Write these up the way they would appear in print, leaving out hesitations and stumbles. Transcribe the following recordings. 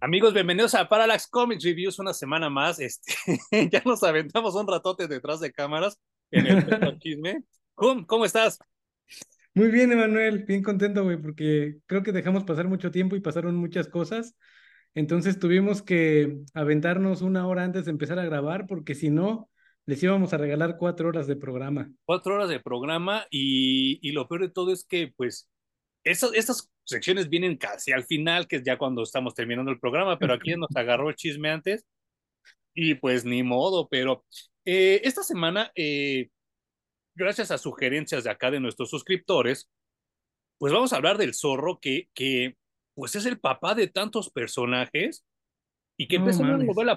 Amigos, bienvenidos a Parallax Comics Reviews una semana más. Ya nos aventamos un ratote detrás de cámaras en el Petro Chisme. ¿Cómo estás? Muy bien, Emanuel, bien contento, güey, porque creo que dejamos pasar mucho tiempo y pasaron muchas cosas. Entonces tuvimos que aventarnos una hora antes de empezar a grabar, porque si no, les íbamos a regalar 4 horas de programa. 4 horas de programa y lo peor de todo es que, pues, estas secciones vienen casi al final, que es ya cuando estamos terminando el programa, pero aquí nos agarró el chisme antes y pues ni modo, pero esta semana, gracias a sugerencias de acá de nuestros suscriptores, pues vamos a hablar del zorro que pues es el papá de tantos personajes y que No empieza mames.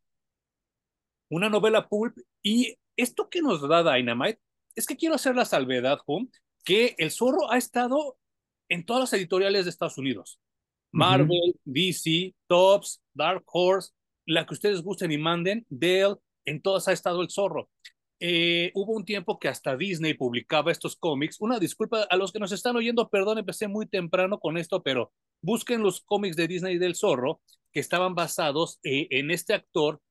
una novela pulp, y esto que nos da Dynamite es que quiero hacer la salvedad, Hum, que el zorro ha estado en todas las editoriales de Estados Unidos, Ujú. Marvel, DC, Tops, Dark Horse, la que ustedes gusten y manden, Dell, en todas ha estado el zorro. Hubo un tiempo que hasta Disney publicaba estos cómics. Una disculpa a los que nos están oyendo, perdón, empecé muy temprano con esto, pero busquen los cómics de Disney del zorro que estaban basados en este actor,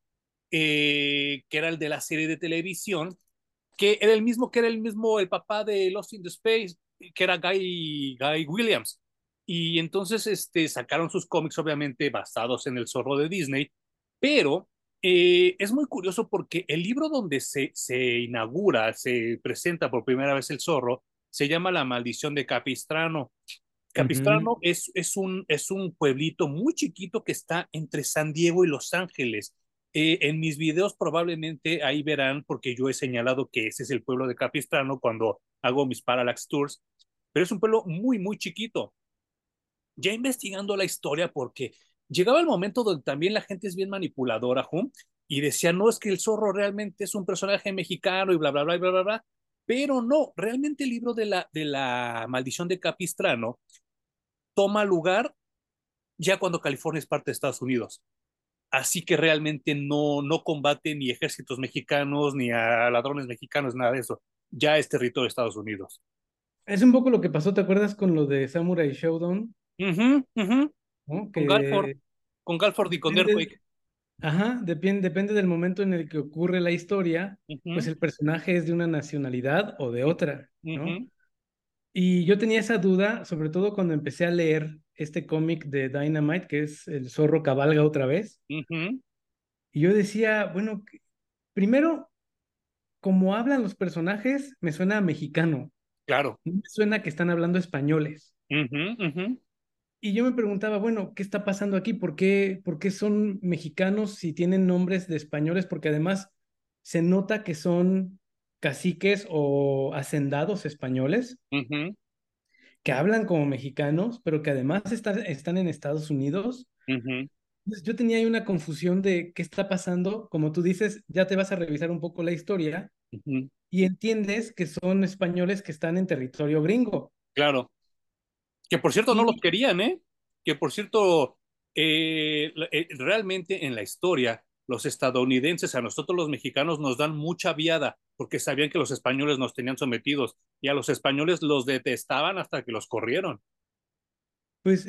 que era el de la serie de televisión, que era el mismo, el papá de Lost in the Space, que era Guy Williams. Y entonces sacaron sus cómics, obviamente basados en el zorro de Disney, pero es muy curioso porque el libro donde se inaugura, se presenta por primera vez el zorro, se llama La maldición de Capistrano. Ujú. Capistrano es un pueblito muy chiquito que está entre San Diego y Los Ángeles. En mis videos probablemente ahí verán, porque yo he señalado que ese es el pueblo de Capistrano cuando hago mis Parallax Tours, pero es un pueblo muy, muy chiquito. Ya investigando la historia, porque llegaba el momento donde también la gente es bien manipuladora, ¿hum? Y decía, no, es que el zorro realmente es un personaje mexicano y bla, bla, bla, bla, bla, bla. Pero no, realmente el libro de la maldición de Capistrano toma lugar ya cuando California es parte de Estados Unidos. Así que realmente no combate ni ejércitos mexicanos, ni a ladrones mexicanos, nada de eso. Ya es territorio de Estados Unidos. Es un poco lo que pasó, ¿te acuerdas con lo de Samurai Showdown? Ujú, ujú. ¿No? Con Galford, Que con Galford y con depende, Earthquake. ajá, depende del momento en el que ocurre la historia, pues Ujú, el personaje es de una nacionalidad o de otra, ¿no? ujú, Y yo tenía esa duda, sobre todo cuando empecé a leer este cómic de Dynamite, que es El zorro cabalga otra vez. ujú. Y yo decía, bueno, primero, como hablan los personajes, me suena a mexicano, Claro. no me suena que están hablando españoles. Ujú, ujú, Y yo me preguntaba, bueno, ¿qué está pasando aquí? ¿Por qué son mexicanos si tienen nombres de españoles? Porque además se nota que son caciques o hacendados españoles ujú, que hablan como mexicanos, pero que además están en Estados Unidos. ujú, Entonces, yo tenía ahí una confusión de qué está pasando. Como tú dices, ya te vas a revisar un poco la historia ujú. y entiendes que son españoles que están en territorio gringo. Claro. Que por cierto no los Y querían, ¿eh? Que por cierto, realmente en la historia, los estadounidenses a nosotros los mexicanos nos dan mucha viada porque sabían que los españoles nos tenían sometidos y a los españoles los detestaban hasta que los corrieron. pues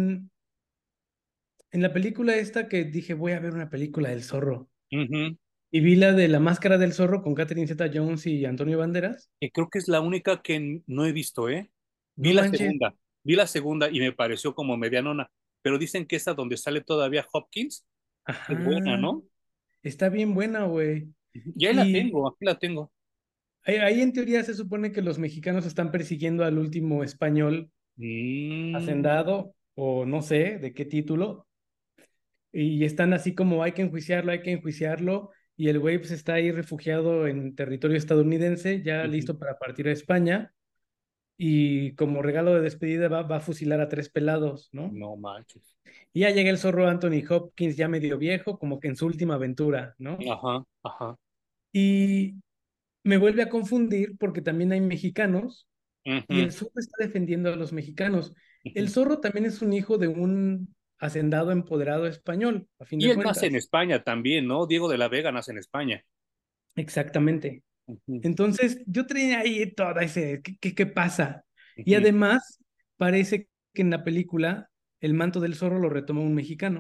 en la película esta que dije, voy a ver una película del zorro. Ujú. Y vi la de La Máscara del Zorro con Catherine Zeta-Jones y Antonio Banderas. Que creo que es la única que no he visto, ¿eh? Vi No la manches. segunda, vi la segunda y me pareció como medianona, pero dicen que esa donde sale todavía Hopkins es buena, Ajá. ¿no? Está bien buena, güey. Y ahí la Y tengo, aquí la tengo. ahí en teoría se supone que los mexicanos están persiguiendo al último español Mm, hacendado, o no sé de qué título, y están así como hay que enjuiciarlo, y el güey pues está ahí refugiado en territorio estadounidense, ya ujú. listo para partir a España, y como regalo de despedida va a fusilar a 3 pelados, ¿no? No manches. Y ya llega el zorro Anthony Hopkins ya medio viejo, como que en su última aventura, ¿no? Ajá, ajá. Y me vuelve a confundir porque también hay mexicanos y Ujú, el zorro está defendiendo a los mexicanos. El ujú. zorro también es un hijo de un hacendado empoderado español, a fin Y de él nace en cuentas. España también, ¿no? Diego de la Vega nace en España. Exactamente. Ujú, Entonces, yo traía ahí toda ese, ¿qué pasa? Y ujú. además, parece que en la película el manto del zorro lo retoma un mexicano.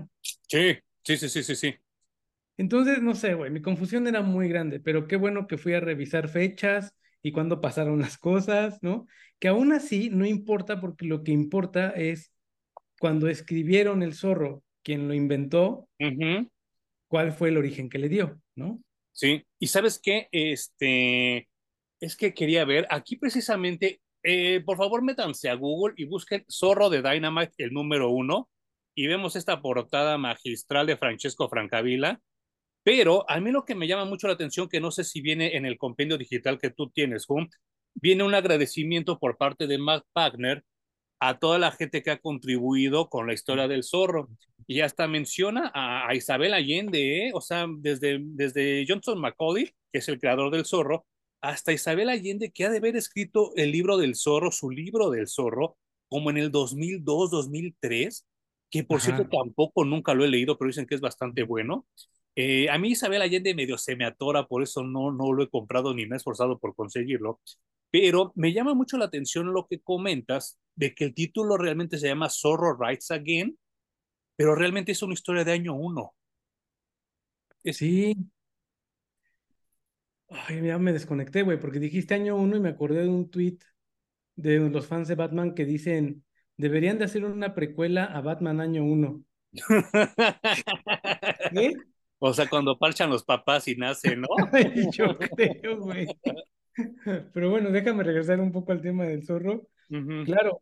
Sí, sí, sí, sí, sí, sí. Entonces, no sé, güey, mi confusión era muy grande, pero qué bueno que fui a revisar fechas y cuándo pasaron las cosas, ¿no? Que aún así no importa porque lo que importa es cuando escribieron el zorro, quien lo inventó, Ujú. cuál fue el origen que le dio, ¿no? Sí, y sabes qué, es que quería ver, aquí precisamente, por favor métanse a Google y busquen Zorro de Dynamite, el número uno, y vemos esta portada magistral de Francesco Francavilla, pero a mí lo que me llama mucho la atención, que no sé si viene en el compendio digital que tú tienes, Hum, viene un agradecimiento por parte de Matt Wagner a toda la gente que ha contribuido con la historia del zorro. Y hasta menciona a Isabel Allende, ¿eh? O sea, desde Johnson McCauley, que es el creador del zorro, hasta Isabel Allende, que ha de haber escrito el libro del zorro, su libro del zorro, como en el 2002, 2003, que por cierto Ajá. tampoco nunca lo he leído, pero dicen que es bastante bueno. A mí Isabel Allende medio se me atora, por eso no lo he comprado ni me he esforzado por conseguirlo, pero me llama mucho la atención lo que comentas de que el título realmente se llama Zorro Rides Again, pero realmente es una historia de año uno. Es, Sí, ay, ya me desconecté, güey, porque dijiste año uno y me acordé de un tweet de los fans de Batman que dicen, deberían de hacer una precuela a Batman año uno. ¿Qué? o sea, cuando parchan los papás y nace, ¿no? Ay, yo creo, güey. Pero bueno, déjame regresar un poco al tema del zorro. Ujú. Claro,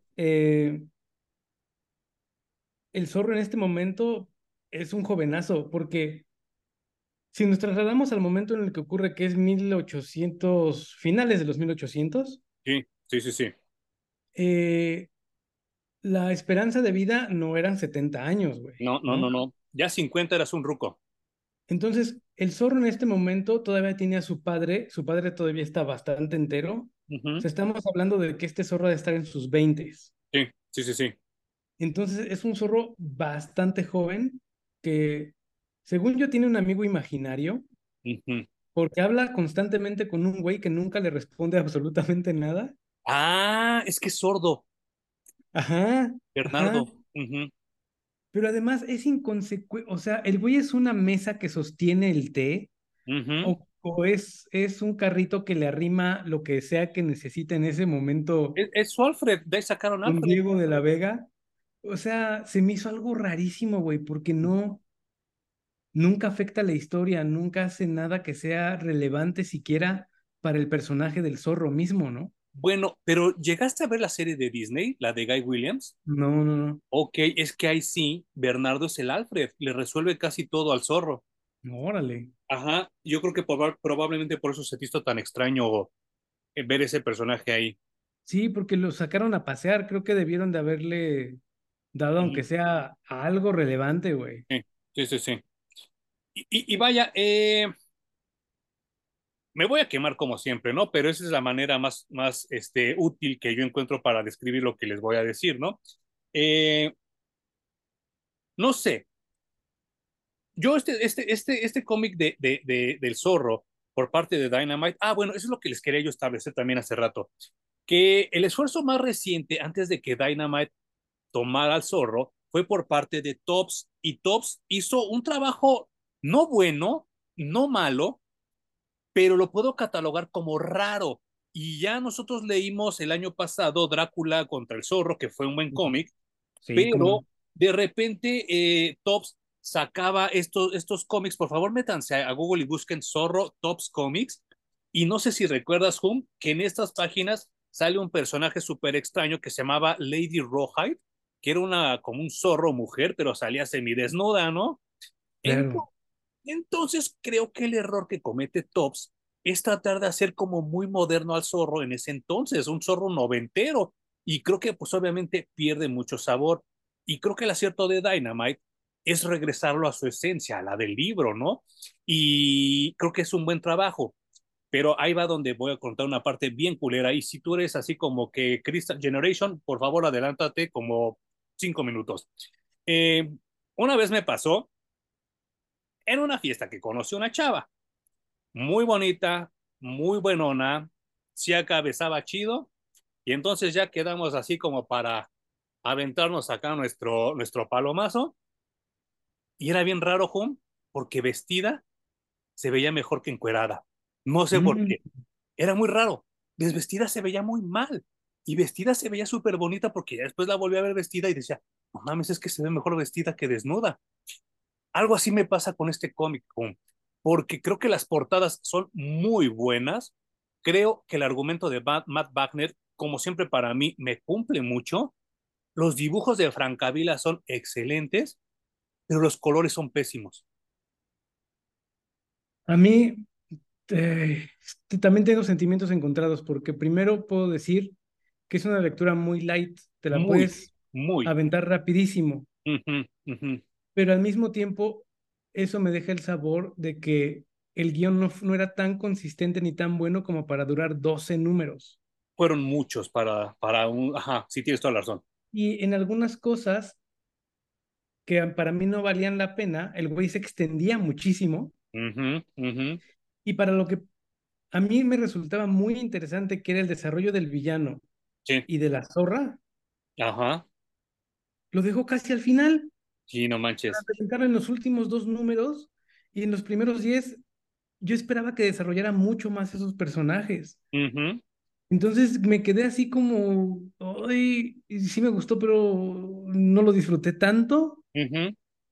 el zorro en este momento es un jovenazo, porque si nos trasladamos al momento en el que ocurre, que es 1800 finales de los 1800, Sí, sí, sí, sí. eh, la esperanza de vida no eran 70 años, güey, No, no, no, ¿no? no. Ya 50 eras un ruco. Entonces, el zorro en este momento todavía tiene a su padre todavía está bastante entero. O Ujú. sea, estamos hablando de que este zorro ha de estar en sus veintes. Sí, sí, sí, sí. Entonces, es un zorro bastante joven que, según yo, tiene un amigo imaginario Ujú. porque habla constantemente con un güey que nunca le responde absolutamente nada. Ah, es que es sordo, Ajá, ajá. Bernardo. Ujú, Pero además es inconsecuente, o sea, el güey es una mesa que sostiene el té ujú. o es un carrito que le arrima lo que sea que necesite en ese momento Es su Alfred, de ahí sacaron un Alfred. Diego de la Vega. O sea, se me hizo algo rarísimo, güey, porque nunca afecta la historia, nunca hace nada que sea relevante siquiera para el personaje del zorro mismo, ¿no? Bueno, pero ¿llegaste a ver la serie de Disney, la de Guy Williams? No, no, no. Ok, es que ahí sí, Bernardo es el Alfred, le resuelve casi todo al zorro. No, órale. Ajá, yo creo que probablemente por eso se te hizo tan extraño ver ese personaje ahí. Sí, porque lo sacaron a pasear, creo que debieron de haberle dado Ujú. aunque sea algo relevante, güey. Sí, sí, sí, sí. Y vaya, me voy a quemar como siempre, ¿no? Pero esa es la manera más útil que yo encuentro para describir lo que les voy a decir, ¿no? Eh, no sé, yo este cómic del zorro por parte de Dynamite, bueno, eso es lo que les quería yo establecer también hace rato, que el esfuerzo más reciente antes de que Dynamite tomara al zorro fue por parte de Tops, y Tops hizo un trabajo no bueno, no malo, pero lo puedo catalogar como raro. Y ya nosotros leímos el año pasado Drácula contra el zorro, que fue un buen cómic, Sí, cómo pero no. de repente Tops sacaba estos cómics. Por favor, métanse a Google y busquen Zorro Tops Comics. Y no sé si recuerdas, Hum, que en estas páginas sale un personaje súper extraño que se llamaba Lady Rawhide, que era como un zorro mujer, pero salía semidesnuda, ¿no? Claro. Entonces, creo que el error que comete Tops es tratar de hacer como muy moderno al zorro en ese entonces, un zorro noventero, y creo que pues obviamente pierde mucho sabor. Y creo que el acierto de Dynamite es regresarlo a su esencia, a la del libro, ¿no? Y creo que es un buen trabajo, pero ahí va donde voy a contar una parte bien culera. Y si tú eres así como que Crystal Generation, por favor adelántate como 5 minutos. Eh, una vez me pasó en una fiesta que conocí una chava muy bonita, muy buenona, sí acabezaba chido, y entonces ya quedamos así como para aventarnos acá nuestro palomazo, Y era bien raro, Home, porque vestida se veía mejor que encuerada. No sé por Mm. qué. Era muy raro. Desvestida se veía muy mal. Y vestida se veía súper bonita porque ya después la volví a ver vestida y decía, no mames, es que se ve mejor vestida que desnuda. Algo así me pasa con este cómic, Home, porque creo que las portadas son muy buenas. Creo que el argumento de Matt Wagner, como siempre para mí, me cumple mucho. Los dibujos de Francavilla son excelentes, pero los colores son pésimos. A mí también tengo sentimientos encontrados porque primero puedo decir que es una lectura muy light, te la Muy, puedes muy. aventar rapidísimo, Ujú, ujú. pero al mismo tiempo eso me deja el sabor de que el guión no era tan consistente ni tan bueno como para durar 12 números. Fueron muchos para un... Ajá, sí tienes toda la razón. Y en algunas cosas que para mí no valían la pena, el güey se extendía muchísimo Ujú, ujú. y para lo que a mí me resultaba muy interesante, que era el desarrollo del villano Sí, y de la zorra, ajá. lo dejó casi al final, Sí, no para manches. presentarlo en los últimos dos números y en los primeros 10 yo esperaba que desarrollara mucho más esos personajes. Ujú, Entonces me quedé así como, ay, y sí me gustó, pero no lo disfruté tanto. ujú.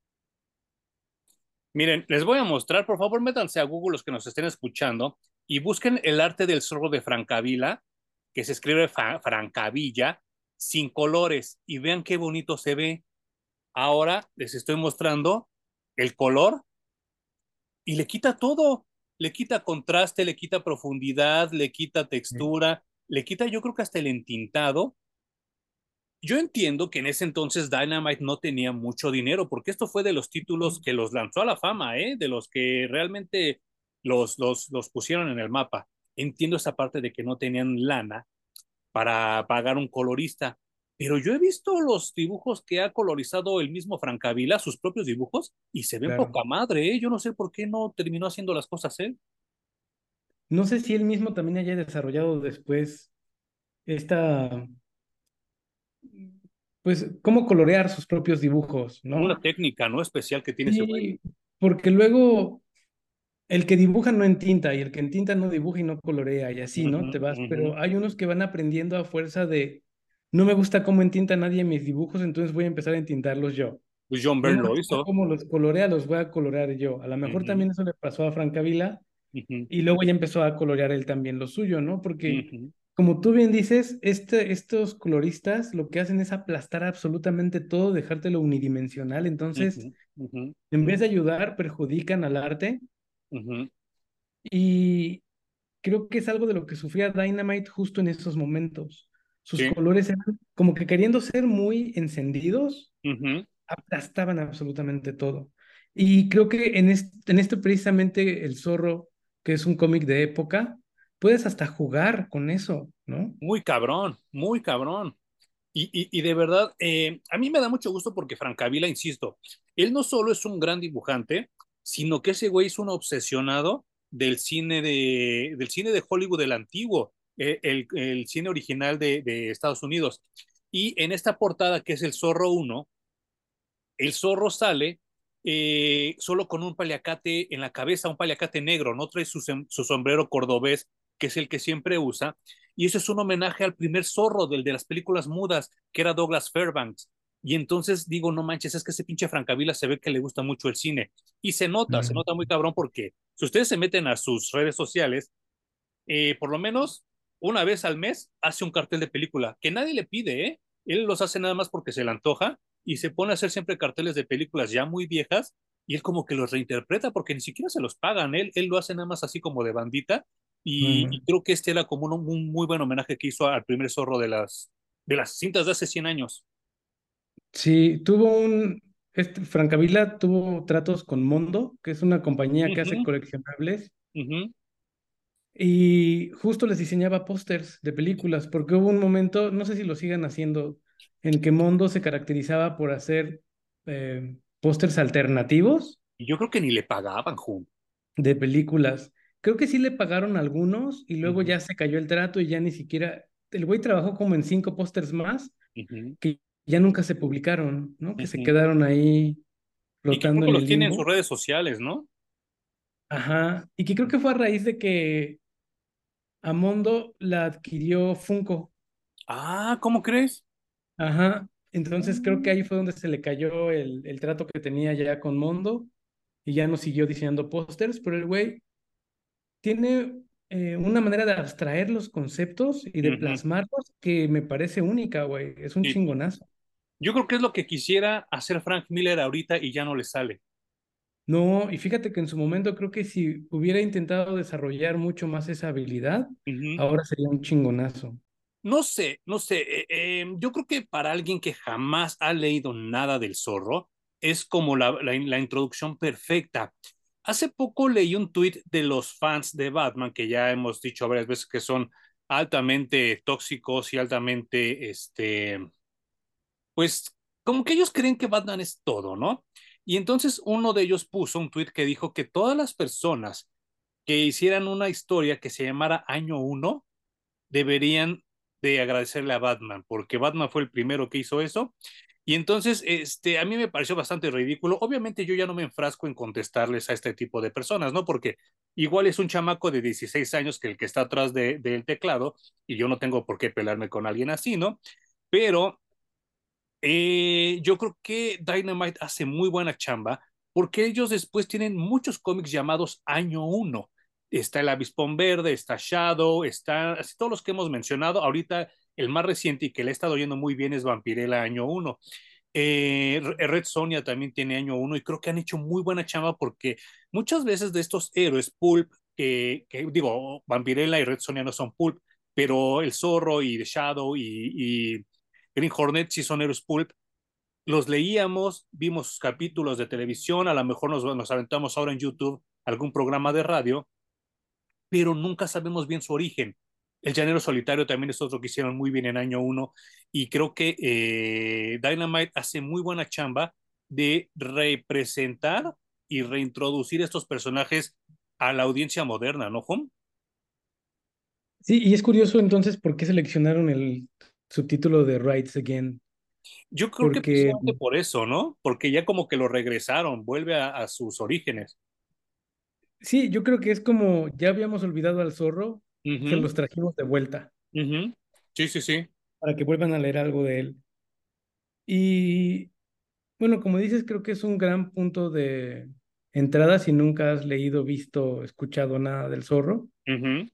Miren, les voy a mostrar, por favor, métanse a Google los que nos estén escuchando y busquen el arte del zorro de Francavilla, que se escribe Francavilla, sin colores, y vean qué bonito se ve. Ahora les estoy mostrando el color y le quita todo. Le quita contraste, le quita profundidad, le quita textura, le quita, yo creo que hasta el entintado. Yo entiendo que en ese entonces Dynamite no tenía mucho dinero, porque esto fue de los títulos que los lanzó a la fama, ¿eh? De los que realmente los pusieron en el mapa. Entiendo esa parte de que no tenían lana para pagar un colorista, pero yo he visto los dibujos que ha colorizado el mismo Francavilla, sus propios dibujos, y se ven Claro. poca madre, ¿eh? Yo no sé por qué no terminó haciendo las cosas él. No sé si él mismo también haya desarrollado después esta, pues, cómo colorear sus propios dibujos, Una ¿no? técnica, ¿no? Especial que tiene ese güey. Sí, porque luego el que dibuja no entinta y el que entinta no dibuja y no colorea y así, Ujú, ¿no? Te vas, ujú. pero hay unos que van aprendiendo a fuerza de, no me gusta cómo entinta nadie mis dibujos, entonces voy a empezar a entintarlos yo. Pues John No Byrne me lo gusta hizo. cómo los colorea, los voy a colorear yo. A lo mejor Ujú, también eso le pasó a Francavilla ujú, y luego ya empezó a colorear él también lo suyo, ¿no? Porque ujú, como tú bien dices, estos coloristas lo que hacen es aplastar absolutamente todo, dejártelo unidimensional, entonces ujú, ujú, en vez de ayudar, perjudican al arte ujú. y creo que es algo de lo que sufría Dynamite justo en esos momentos. Sus Sí. colores eran como que queriendo ser muy encendidos, Ujú. aplastaban absolutamente todo. Y creo que en esto precisamente El Zorro, que es un cómic de época, puedes hasta jugar con eso, ¿no? Muy cabrón, muy cabrón. Y de verdad, a mí me da mucho gusto porque Francavilla, insisto, él no solo es un gran dibujante, sino que ese güey es un obsesionado del cine de Hollywood, del antiguo, el cine original de Estados Unidos. Y en esta portada, que es el Zorro uno, el zorro sale solo con un paliacate en la cabeza, un paliacate negro, no trae su sombrero cordobés, que es el que siempre usa, y eso es un homenaje al primer zorro del de las películas mudas, que era Douglas Fairbanks. Y entonces digo, no manches, es que ese pinche Francavilla se ve que le gusta mucho el cine. Y se Mm. nota muy cabrón porque si ustedes se meten a sus redes sociales, por lo menos una vez al mes hace un cartel de película, que nadie le pide, ¿eh? Él los hace nada más porque se le antoja y se pone a hacer siempre carteles de películas ya muy viejas y él como que los reinterpreta porque ni siquiera se los pagan, él lo hace nada más así como de bandita y Mm. creo que este era como un muy buen homenaje que hizo al primer zorro de las cintas de hace 100 años. Sí, Francavilla tuvo tratos con Mondo, que es una compañía que hace Ujú, coleccionables, ujú, y justo les diseñaba pósters de películas, porque hubo un momento, no sé si lo sigan haciendo, en que Mondo se caracterizaba por hacer pósters alternativos y yo creo que ni le pagaban, Jun. de películas. Creo que sí le pagaron algunos y luego Ujú, ya se cayó el trato y ya ni siquiera, el güey trabajó como en 5 pósters más ujú, que ya nunca se publicaron, ¿no? Que se ujú. quedaron ahí Y que flotando creo que en los el tiene en sus limbo. redes sociales, ¿no? Ajá, y que creo que fue a raíz de que Amondo la adquirió Funko. Ah, ¿cómo crees? Ajá, entonces creo que Mm. ahí fue donde se le cayó el trato que tenía ya con Mondo y ya no siguió diseñando pósters, pero el güey tiene una manera de abstraer los conceptos y de Ujú. plasmarlos que me parece única, güey. Es un Sí. chingonazo. Yo creo que es lo que quisiera hacer Frank Miller ahorita y ya no le sale. No, y fíjate que en su momento creo que si hubiera intentado desarrollar mucho más esa habilidad, Ujú. ahora sería un chingonazo. No sé, no sé. Yo creo que para alguien que jamás ha leído nada del Zorro, es como la introducción perfecta. Hace poco leí un tuit de los fans de Batman, que ya hemos dicho varias veces que son altamente tóxicos y altamente, pues, como que ellos creen que Batman es todo, ¿no? Y entonces uno de ellos puso un tuit que dijo que todas las personas que hicieran una historia que se llamara Año Uno deberían de agradecerle a Batman, porque Batman fue el primero que hizo eso. Y entonces, a mí me pareció bastante ridículo. Obviamente yo ya no me enfrasco en contestarles a este tipo de personas, ¿no? Porque igual es un chamaco de 16 años que el que está atrás del teclado y yo no tengo por qué pelarme con alguien así, ¿no? Pero yo creo que Dynamite hace muy buena chamba porque ellos después tienen muchos cómics llamados Año Uno. Está el Avispón Verde, está Shadow, está así todos los que hemos mencionado. Ahorita el más reciente y que le ha estado yendo muy bien es Vampirella Año Uno. Red Sonja también tiene Año Uno y creo que han hecho muy buena chamba porque muchas veces de estos héroes pulp, digo, Vampirella y Red Sonja no son pulp, pero el Zorro y Shadow y Green Hornet sí son héroes pulp. Los leíamos, vimos capítulos de televisión, a lo mejor nos aventamos ahora en YouTube algún programa de radio, pero nunca sabemos bien su origen. El Llanero Solitario también es otro que hicieron muy bien en Año Uno y creo que Dynamite hace muy buena chamba de representar y reintroducir estos personajes a la audiencia moderna, ¿no, Hom? Sí, y es curioso entonces por qué seleccionaron el subtítulo de Rights Again, Yo creo que porque precisamente por eso, ¿no? Porque ya como que lo regresaron, vuelve a sus orígenes. sí, yo creo que es como ya habíamos olvidado al zorro, se Ujú, los trajimos de vuelta ujú. Sí, sí, sí. para que vuelvan a leer algo de él. Y bueno, como dices, creo que es un gran punto de entrada si nunca has leído, visto, escuchado nada del zorro, Ujú.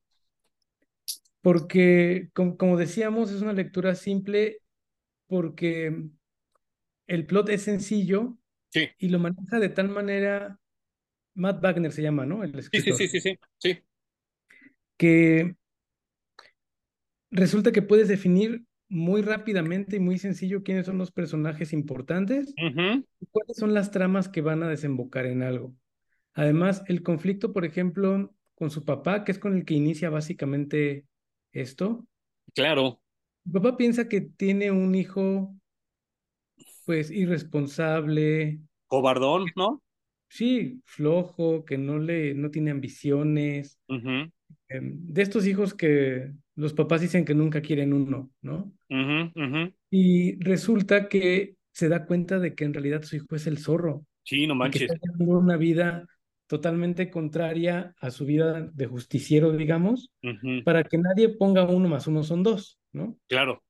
porque como decíamos, es una lectura simple porque el plot es sencillo Sí, y lo maneja de tal manera, Matt Wagner se llama, ¿no? El sí, sí, sí, escritor, sí, sí, sí. que resulta que puedes definir muy rápidamente y muy sencillo quiénes son los personajes importantes Ujú. y cuáles son las tramas que van a desembocar en algo. Además, el conflicto, por ejemplo, con su papá, que es con el que inicia básicamente esto. Claro, Mi papá piensa que tiene un hijo, pues, irresponsable, cobardón, ¿no? sí, flojo, que no tiene ambiciones, Ujú, de estos hijos que los papás dicen que nunca quieren uno, ¿no? ujú, ujú. Y resulta que se da cuenta de que en realidad su hijo es el zorro Sí, no y que manches. está llevando una vida totalmente contraria a su vida de justiciero, digamos, Ujú. para que nadie ponga uno más uno son dos, ¿no? Claro,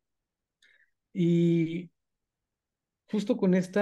Y justo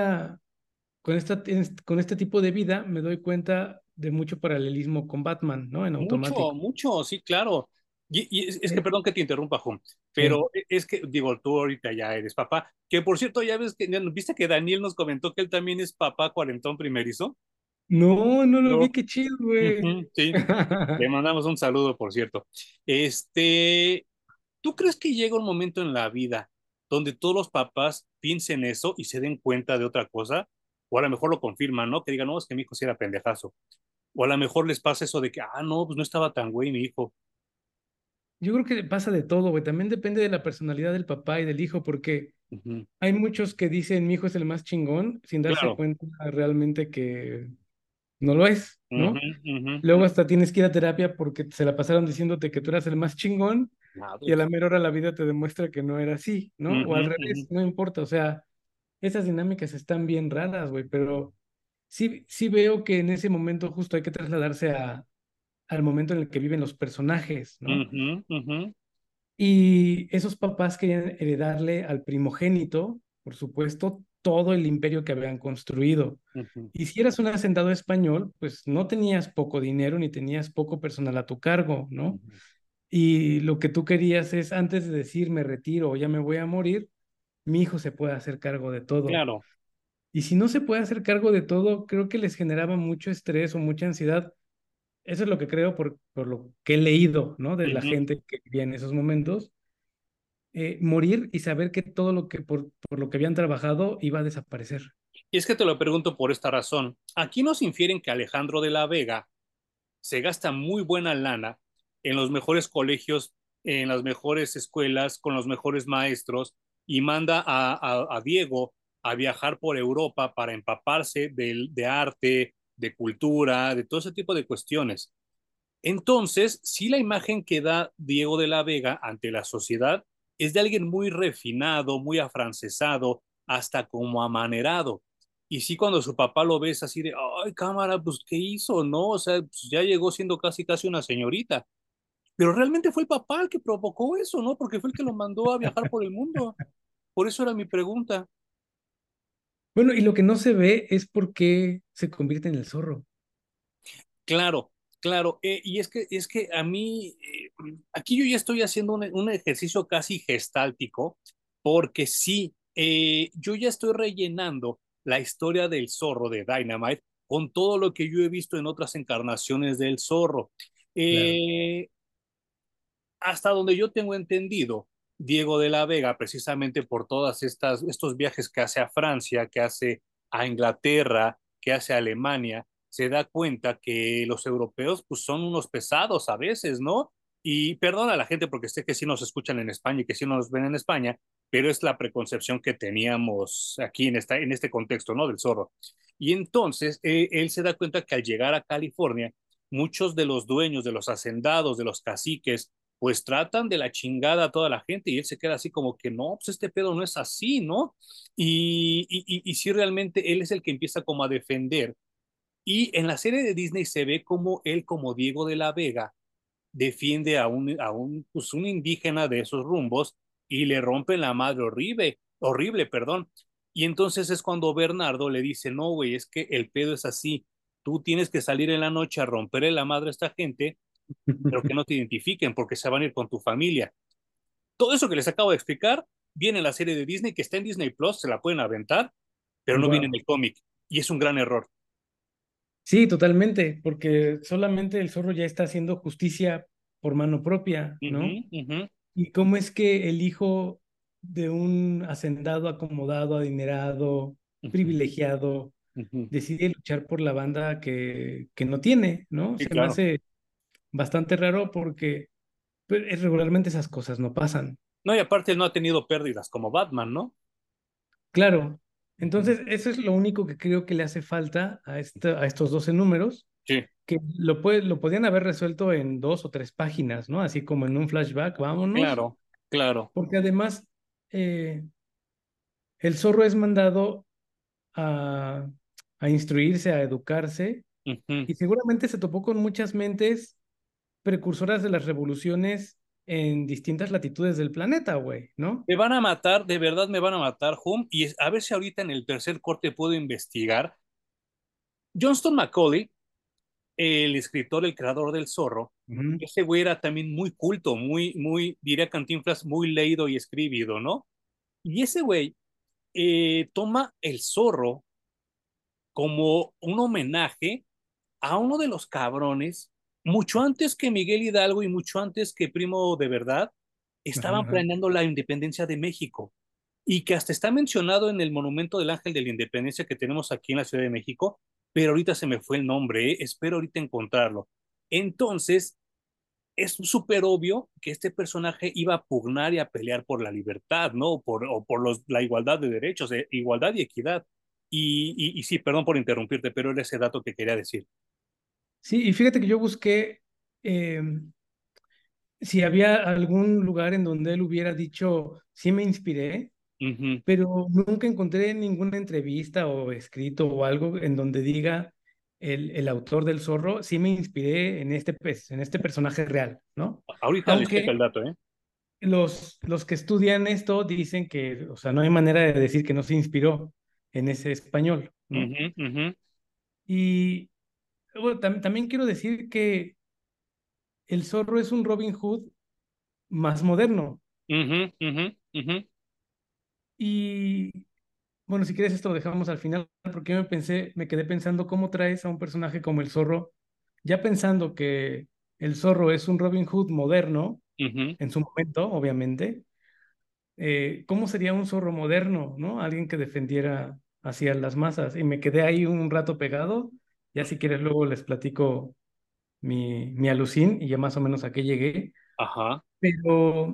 con este tipo de vida me doy cuenta de mucho paralelismo con Batman, ¿no? En mucho, automático. mucho, sí, claro. Y es que, Eh, perdón que te interrumpa, Jun, Sí. pero es que, digo, tú ahorita ya eres papá, que por cierto, ya ves que, viste que Daniel nos comentó que él también es papá cuarentón primerizo. No, no lo vi, No. qué chido, güey. Ujú, sí, le mandamos un saludo, por cierto. Este, ¿Tú crees que llega un momento en la vida donde todos los papás piensen eso y se den cuenta de otra cosa? O a lo mejor lo confirman, ¿no? Que digan, no, es que mi hijo sí era pendejazo. O a lo mejor les pasa eso de que, no, pues no estaba tan güey mi hijo. Yo creo que pasa de todo, güey. También depende de la personalidad del papá y del hijo, porque Ujú. hay muchos que dicen mi hijo es el más chingón, sin darse Claro. cuenta realmente que no lo es, Ujú, ¿no? ujú. Luego hasta tienes que ir a terapia porque se la pasaron diciéndote que tú eras el más chingón y a Madres. la mera hora la vida te demuestra que no era así, ¿no? O Ujú, al ujú. revés, no importa. O sea, esas dinámicas están bien raras, güey, pero sí veo que en ese momento justo hay que trasladarse al momento en el que viven los personajes, ¿no? Ujú, ujú, Y esos papás querían heredarle al primogénito, por supuesto, todo el imperio que habían construido. ujú, Y si eras un hacendado español, pues no tenías poco dinero ni tenías poco personal a tu cargo, ¿no? ujú. Y lo que tú querías es, antes de decir me retiro o ya me voy a morir, mi hijo se puede hacer cargo de todo. Claro. Y si no se puede hacer cargo de todo, creo que les generaba mucho estrés o mucha ansiedad. Eso es lo que creo por lo que he leído, ¿no? De la Ujú. gente que vivía en esos momentos. Morir y saber que todo lo que por lo que habían trabajado iba a desaparecer. Y es que te lo pregunto por esta razón. Aquí nos infieren que Alejandro de la Vega se gasta muy buena lana en los mejores colegios, en las mejores escuelas, con los mejores maestros, y manda a Diego a viajar por Europa para empaparse de arte, de cultura, de todo ese tipo de cuestiones. Entonces, sí, la imagen que da Diego de la Vega ante la sociedad es de alguien muy refinado, muy afrancesado, hasta como amanerado. Y sí, cuando su papá lo ves así de, ay, cámara, pues, ¿qué hizo? ¿No? O sea, pues, ya llegó siendo casi, casi una señorita. Pero realmente fue el papá el que provocó eso, ¿no? Porque fue el que lo mandó a viajar por el mundo. Por eso era mi pregunta. Bueno, y lo que no se ve es por qué se convierte en el zorro. Claro, claro. Y es que a mí, aquí yo ya estoy haciendo un ejercicio casi gestáltico, porque sí, yo ya estoy rellenando la historia del zorro de Dynamite con todo lo que yo he visto en otras encarnaciones del zorro. Claro. Eh, Hasta donde yo tengo entendido, Diego de la Vega, precisamente por todas estos viajes que hace a Francia, que hace a Inglaterra, que hace a Alemania, se da cuenta que los europeos pues son unos pesados a veces, ¿no? Y perdona a la gente porque sé que sí nos escuchan en España y que sí nos ven en España, pero es la preconcepción que teníamos aquí en este contexto, ¿no? Del zorro. Y entonces él se da cuenta que al llegar a California, muchos de los dueños, de los hacendados, de los caciques, pues tratan de la chingada a toda la gente y él se queda así como que no, pues este pedo no es así, ¿no? Y sí, realmente él es el que empieza como a defender. Y en la serie de Disney se ve como él, como Diego de la Vega, defiende pues un indígena de esos rumbos y le rompen la madre horrible, horrible, perdón. Y entonces es cuando Bernardo le dice, no, güey, es que el pedo es así, tú tienes que salir en la noche a romperle la madre a esta gente pero que no te identifiquen porque se van a ir con tu familia. Todo eso que les acabo de explicar viene en la serie de Disney que está en Disney Plus, se la pueden aventar, pero no viene en Wow. el cómic y es un gran error. Sí, totalmente, porque solamente el zorro ya está haciendo justicia por mano propia, Uh ¿no? -huh, uh -huh, ¿Y cómo es que el hijo de un hacendado acomodado, adinerado, uh -huh, privilegiado, uh -huh. decide luchar por la banda que no tiene, ¿no? Sí, Se me claro. hace bastante raro porque pues, regularmente esas cosas no pasan. No, y aparte él no ha tenido pérdidas como Batman, ¿no? Claro. Uh -huh. Entonces, eso es lo único que creo que le hace falta a estos 12 números, Sí, que lo podían haber resuelto en 2 o 3 páginas, ¿no? Así como en un flashback, vámonos. claro, claro. Porque además, eh, el zorro es mandado a, a instruirse, a educarse, Uh -huh. y seguramente se topó con muchas mentes precursoras de las revoluciones en distintas latitudes del planeta, güey, ¿no? Me van a matar, de verdad me van a matar, Hum, y a ver si ahorita en el tercer corte puedo investigar. Johnston Macaulay, el escritor, el creador del Zorro, Ujú. ese güey era también muy culto, diría Cantinflas, muy leído y escribido, ¿no? Y ese güey toma el Zorro como un homenaje a uno de los cabrones, mucho antes que Miguel Hidalgo y mucho antes que Primo de Verdad, Ajá, estaban ajá. planeando la independencia de México y que hasta está mencionado en el Monumento del Ángel de la Independencia que tenemos aquí en la Ciudad de México, pero ahorita se me fue el nombre, espero ahorita encontrarlo. Entonces, es súper obvio que este personaje iba a pugnar y a pelear por la libertad, ¿no? O por la igualdad de derechos, igualdad y equidad. Y sí, perdón por interrumpirte, pero era ese dato que quería decir. Sí, y fíjate que yo busqué si había algún lugar en donde él hubiera dicho, sí me inspiré, Ujú, pero nunca encontré ninguna entrevista o escrito o algo en donde diga el autor del zorro, sí me inspiré en este pez, en este personaje real, ¿no? ahorita les checo Aunque el dato, ¿eh? los que estudian esto dicen que, o sea, no hay manera de decir que no se inspiró en ese español, ¿no? Ujú, ujú, Y bueno, también quiero decir que el zorro es un Robin Hood más moderno. ujú, ujú, ujú, Y bueno, si quieres esto lo dejamos al final, porque me quedé pensando cómo traes a un personaje como el zorro, ya pensando que el zorro es un Robin Hood moderno, ujú. en su momento, obviamente. ¿Cómo sería un zorro moderno, ¿no? Alguien que defendiera hacia las masas. Y me quedé ahí un rato pegado. Ya si quieres luego les platico mi alucín y ya más o menos a qué llegué. Ajá. Pero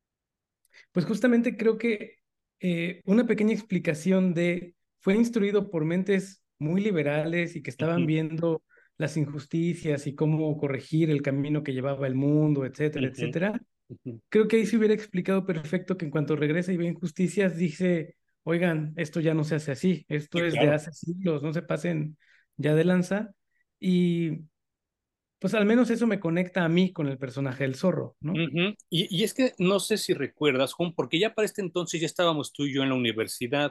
pues justamente creo que una pequeña explicación de fue instruido por mentes muy liberales y que estaban Ujú, viendo las injusticias y cómo corregir el camino que llevaba el mundo, etcétera, ujú, etcétera. ujú. Creo que ahí se hubiera explicado perfecto que en cuanto regresa y ve injusticias, dice, oigan, esto ya no se hace así, esto Sí, es de claro. hace siglos, no se pasen ya de lanza. Y pues al menos eso me conecta a mí con el personaje del zorro, ¿no? Ujú. Y es que no sé si recuerdas, Juan, porque ya para este entonces ya estábamos tú y yo en la universidad.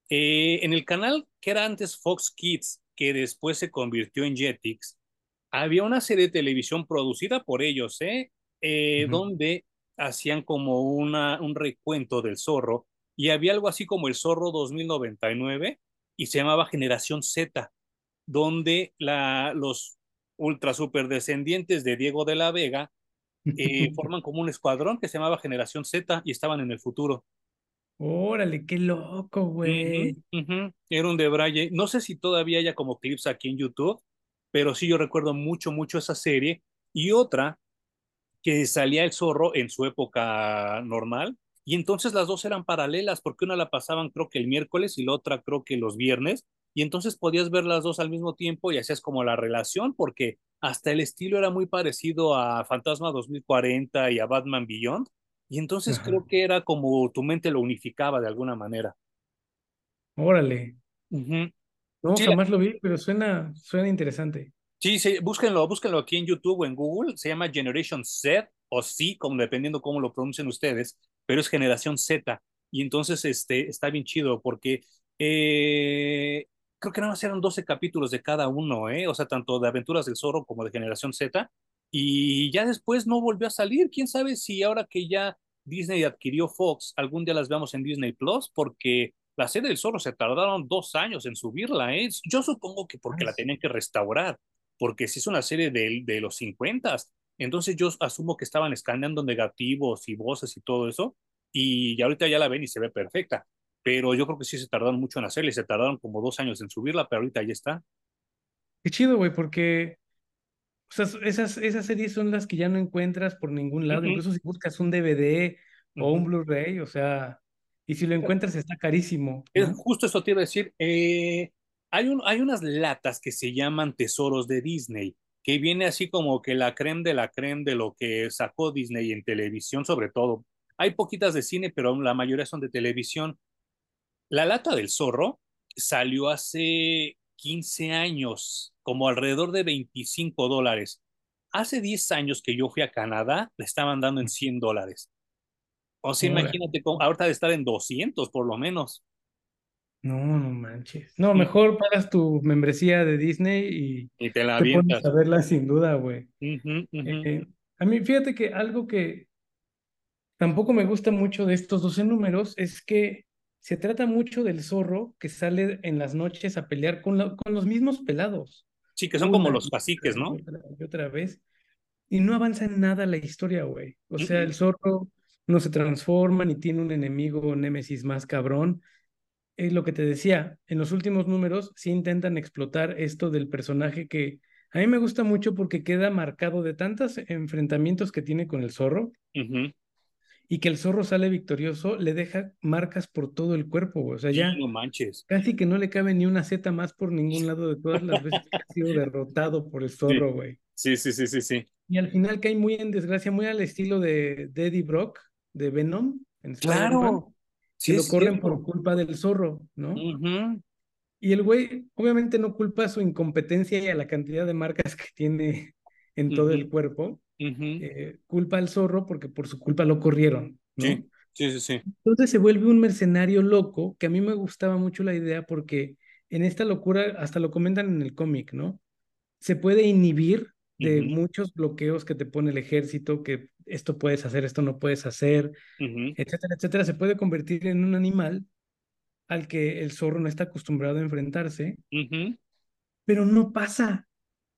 En el canal que era antes Fox Kids, que después se convirtió en Jetix, había una serie de televisión producida por ellos, ¿eh? Ujú. Donde hacían como un recuento del zorro y había algo así como el Zorro 2099 y se llamaba Generación Z, donde los ultra super descendientes de Diego de la Vega forman como un escuadrón que se llamaba Generación Z y estaban en el futuro. Órale, qué loco, Ujú, güey. ujú. Era un debraye. No sé si todavía haya como clips aquí en YouTube, pero sí yo recuerdo mucho, mucho esa serie. Y otra que salía el zorro en su época normal. Y entonces las dos eran paralelas, porque una la pasaban creo que el miércoles y la otra creo que los viernes. Y entonces podías ver las dos al mismo tiempo y hacías como la relación, porque hasta el estilo era muy parecido a Fantasma 2040 y a Batman Beyond. Y entonces Ajá. creo que era como tu mente lo unificaba de alguna manera. Órale. Ujú. No, Sí, jamás lo vi, pero suena interesante. sí, sí, búsquenlo, búsquenlo aquí en YouTube o en Google. Se llama Generation Z o Z, como dependiendo cómo lo pronuncien ustedes, pero es generación Z. Y entonces está bien chido porque creo que nada más eran 12 capítulos de cada uno, ¿eh? O sea, tanto de Aventuras del Zorro como de Generación Z. Y ya después no volvió a salir. ¿Quién sabe si ahora que ya Disney adquirió Fox, algún día las veamos en Disney Plus? Porque la serie del Zorro se tardaron 2 años en subirla, ¿eh? Yo supongo que porque Ah, la sí. tenían que restaurar porque si es una serie de los 50, entonces yo asumo que estaban escaneando negativos y voces y todo eso, y ahorita ya la ven y se ve perfecta, pero yo creo que sí se tardaron mucho en hacerla y se tardaron como 2 años en subirla, pero ahorita ya está. Qué chido, güey, porque o sea, esas series son las que ya no encuentras por ningún lado, Ujú, incluso si buscas un DVD o un ujú. Blu-ray, o sea, y si lo encuentras está carísimo, Es ¿no? justo eso te iba a decir. Hay unas latas que se llaman tesoros de Disney, que viene así como que la creme de la creme de lo que sacó Disney en televisión, sobre todo. Hay poquitas de cine, pero la mayoría son de televisión. La lata del zorro salió hace 15 años, como alrededor de $25. Hace 10 años que yo fui a Canadá, le estaban dando en $100. O sea, Ahora, imagínate cómo, ahorita de estar en 200 por lo menos. no, no manches. No, Ujú. mejor pagas tu membresía de Disney y Y te la te pones a avientas. verla sin duda, güey. Ujú, ujú, A mí, fíjate que algo que tampoco me gusta mucho de estos 12 números es que se trata mucho del zorro que sale en las noches a pelear con los mismos pelados, sí, que son como una los y otra caciques, y ¿no? otra y otra vez, y no avanza en nada la historia, güey. O sea, Ujú, el zorro no se transforma ni tiene un enemigo némesis más cabrón. Es lo que te decía, en los últimos números sí intentan explotar esto del personaje que a mí me gusta mucho porque queda marcado de tantos enfrentamientos que tiene con el zorro ujú. y que el zorro sale victorioso, le deja marcas por todo el cuerpo, güey. O sea, Sí, ya no manches. casi que no le cabe ni una Z más por ningún lado de todas las veces que ha sido derrotado por el Sí, zorro, güey. sí, sí, sí, sí, sí. Y al final cae muy en desgracia, muy al estilo de Eddie Brock, de Venom, en Spider-Man. Claro. Sí que es lo corren cierto. por culpa del zorro, ¿no? Ujú, Y el güey obviamente no culpa a su incompetencia y a la cantidad de marcas que tiene en todo ujú, el cuerpo, ujú. culpa al zorro porque por su culpa lo corrieron, Sí, ¿no? sí, sí, sí. Entonces se vuelve un mercenario loco, que a mí me gustaba mucho la idea porque en esta locura, hasta lo comentan en el cómic, ¿no? Se puede inhibir de Ujú, muchos bloqueos que te pone el ejército, que esto puedes hacer, esto no puedes hacer, ujú, etcétera, etcétera. Se puede convertir en un animal al que el zorro no está acostumbrado a enfrentarse, ujú. pero no pasa.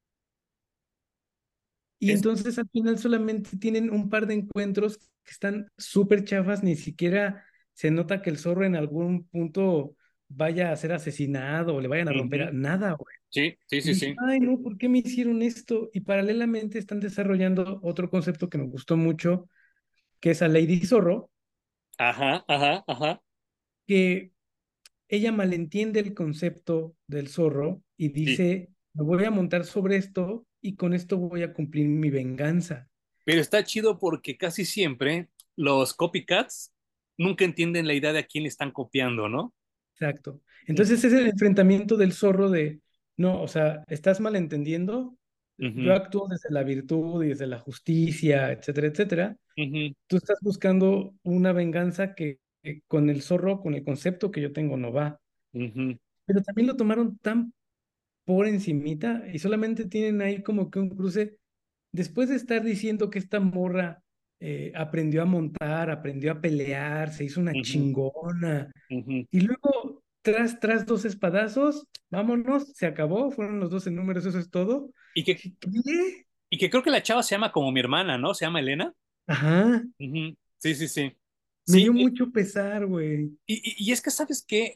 Y Es, entonces al final solamente tienen un par de encuentros que están súper chafas, ni siquiera se nota que el zorro en algún punto vaya a ser asesinado o le vayan a romper ujú. nada, güey. Sí, sí, Y sí, dije, sí. ay, no, ¿por qué me hicieron esto? Y paralelamente están desarrollando otro concepto que me gustó mucho, que es a Lady Zorro, Ajá, ajá, ajá. que ella malentiende el concepto del zorro y Sí. dice, me voy a montar sobre esto y con esto voy a cumplir mi venganza. Pero está chido porque casi siempre los copycats nunca entienden la idea de a quién le están copiando, ¿no? Exacto. Ujú, Entonces es el enfrentamiento del zorro de, no, o sea, estás malentendiendo, yo ujú, actúo desde la virtud y desde la justicia, etcétera, etcétera. ujú, Tú estás buscando una venganza que con el zorro, con el concepto que yo tengo, no va. ujú, Pero también lo tomaron tan por encimita y solamente tienen ahí como que un cruce. Después de estar diciendo que esta morra aprendió a montar, aprendió a pelear, se hizo una ujú, chingona. ujú. Y luego, tras dos espadazos, vámonos, se acabó, fueron los 12 números, eso es todo. Y que, Dije, ¿qué? y que creo que la chava se llama como mi hermana, ¿no? Se llama Elena. Ajá, Ujú. Sí, sí, sí. me Sí, dio mucho pesar, güey. y es que, ¿sabes qué?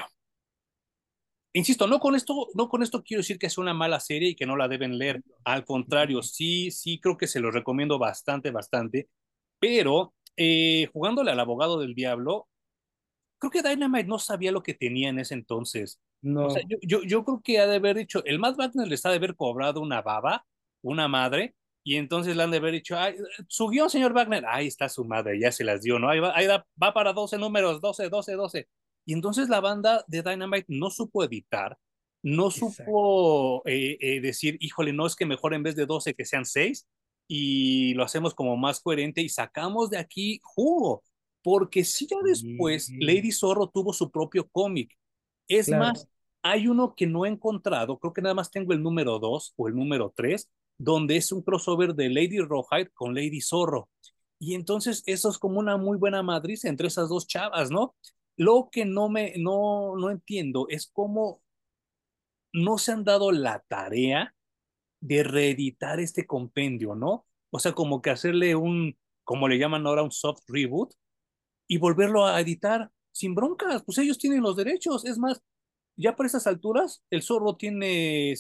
Insisto, no con esto quiero decir que es una mala serie y que no la deben leer. Al contrario, sí, sí creo que se los recomiendo bastante, bastante. Pero jugándole al abogado del diablo, creo que Dynamite no sabía lo que tenía en ese entonces. O sea, No, yo creo que ha de haber dicho, el Matt Wagner les ha de haber cobrado una baba, una madre, y entonces le han de haber dicho, ay, su guión, señor Wagner, ahí está su madre, ya se las dio, ¿no? Va para 12 números, 12 12 12. Y entonces la banda de Dynamite no supo editar, no exacto. supo decir, híjole, no es que mejor en vez de 12 que sean 6 y lo hacemos como más coherente y sacamos de aquí jugo porque sí ya después Sí, Lady Zorro tuvo su propio cómic. Es claro. más, hay uno que no he encontrado, creo que nada más tengo el número 2 o el número 3 donde es un crossover de Lady Rawhide con Lady Zorro. Y entonces eso es como una muy buena madriz entre esas dos chavas, ¿no? Lo que no entiendo es cómo no se han dado la tarea de reeditar este compendio, ¿no? O sea, como que hacerle como le llaman ahora, un soft reboot, y volverlo a editar sin broncas, pues ellos tienen los derechos. Es más, ya por esas alturas, el zorro tiene,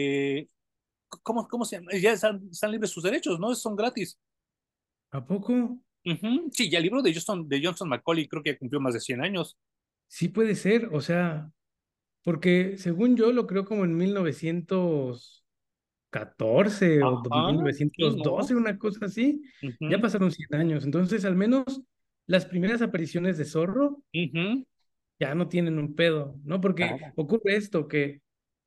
¿cómo se llama? Ya están libres sus derechos, ¿no? Son gratis. ¿A poco? Ujú. Sí, ya el libro de Johnson McCauley creo que cumplió más de 100 años. Sí puede ser, o sea, porque según yo lo creo como en 1914 o Ajá, sí, ¿no? 1912, una cosa así. Ya Ujú, pasaron 100 años, entonces al menos las primeras apariciones de Zorro ujú, ya no tienen un pedo, ¿no? Porque nada. ocurre esto, que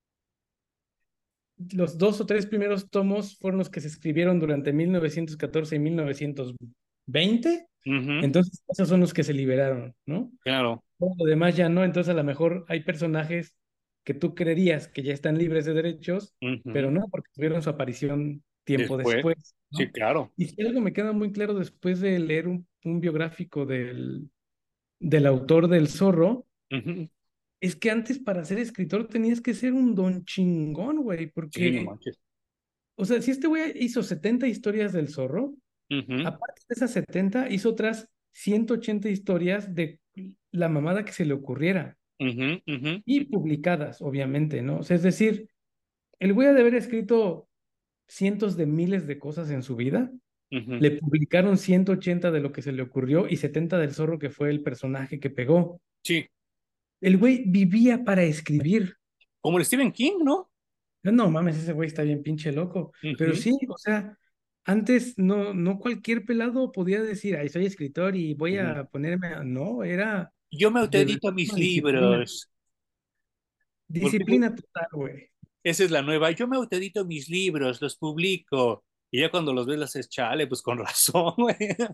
los dos o tres primeros tomos fueron los que se escribieron durante 1914 y 1920, Ujú, entonces esos son los que se liberaron, ¿no? claro. Todo lo demás ya no, entonces a lo mejor hay personajes que tú creerías que ya están libres de derechos, pero Ujú. no, porque tuvieron su aparición tiempo Después, después, sí, ¿no? claro. Y si algo me queda muy claro después de leer un biográfico del autor del Zorro, Ujú. es que antes para ser escritor tenías que ser un don chingón, güey, Sí, no porque, manches. o sea, si este güey hizo 70 historias del Zorro, Ujú, aparte de esas 70 hizo otras 180 historias de la mamada que se le ocurriera. ujú, ujú, Y publicadas, obviamente, ¿no? O sea, es decir, el güey ha de haber escrito cientos de miles de cosas en su vida, ujú. le publicaron 180 de lo que se le ocurrió y 70 del zorro que fue el personaje que pegó. Sí, El güey vivía para escribir. como el Stephen King, ¿no? No, no mames, ese güey está bien pinche loco. Pero Ujú, sí, o sea, antes no cualquier pelado podía decir, ay, soy escritor y voy ujú. a ponerme No, era Yo me Debería autoedito ser mis una disciplina. libros, porque Disciplina total, güey. esa es la nueva. Yo me autoedito mis libros, los publico. Y ya cuando los ves, las haces, chale, pues con razón, güey.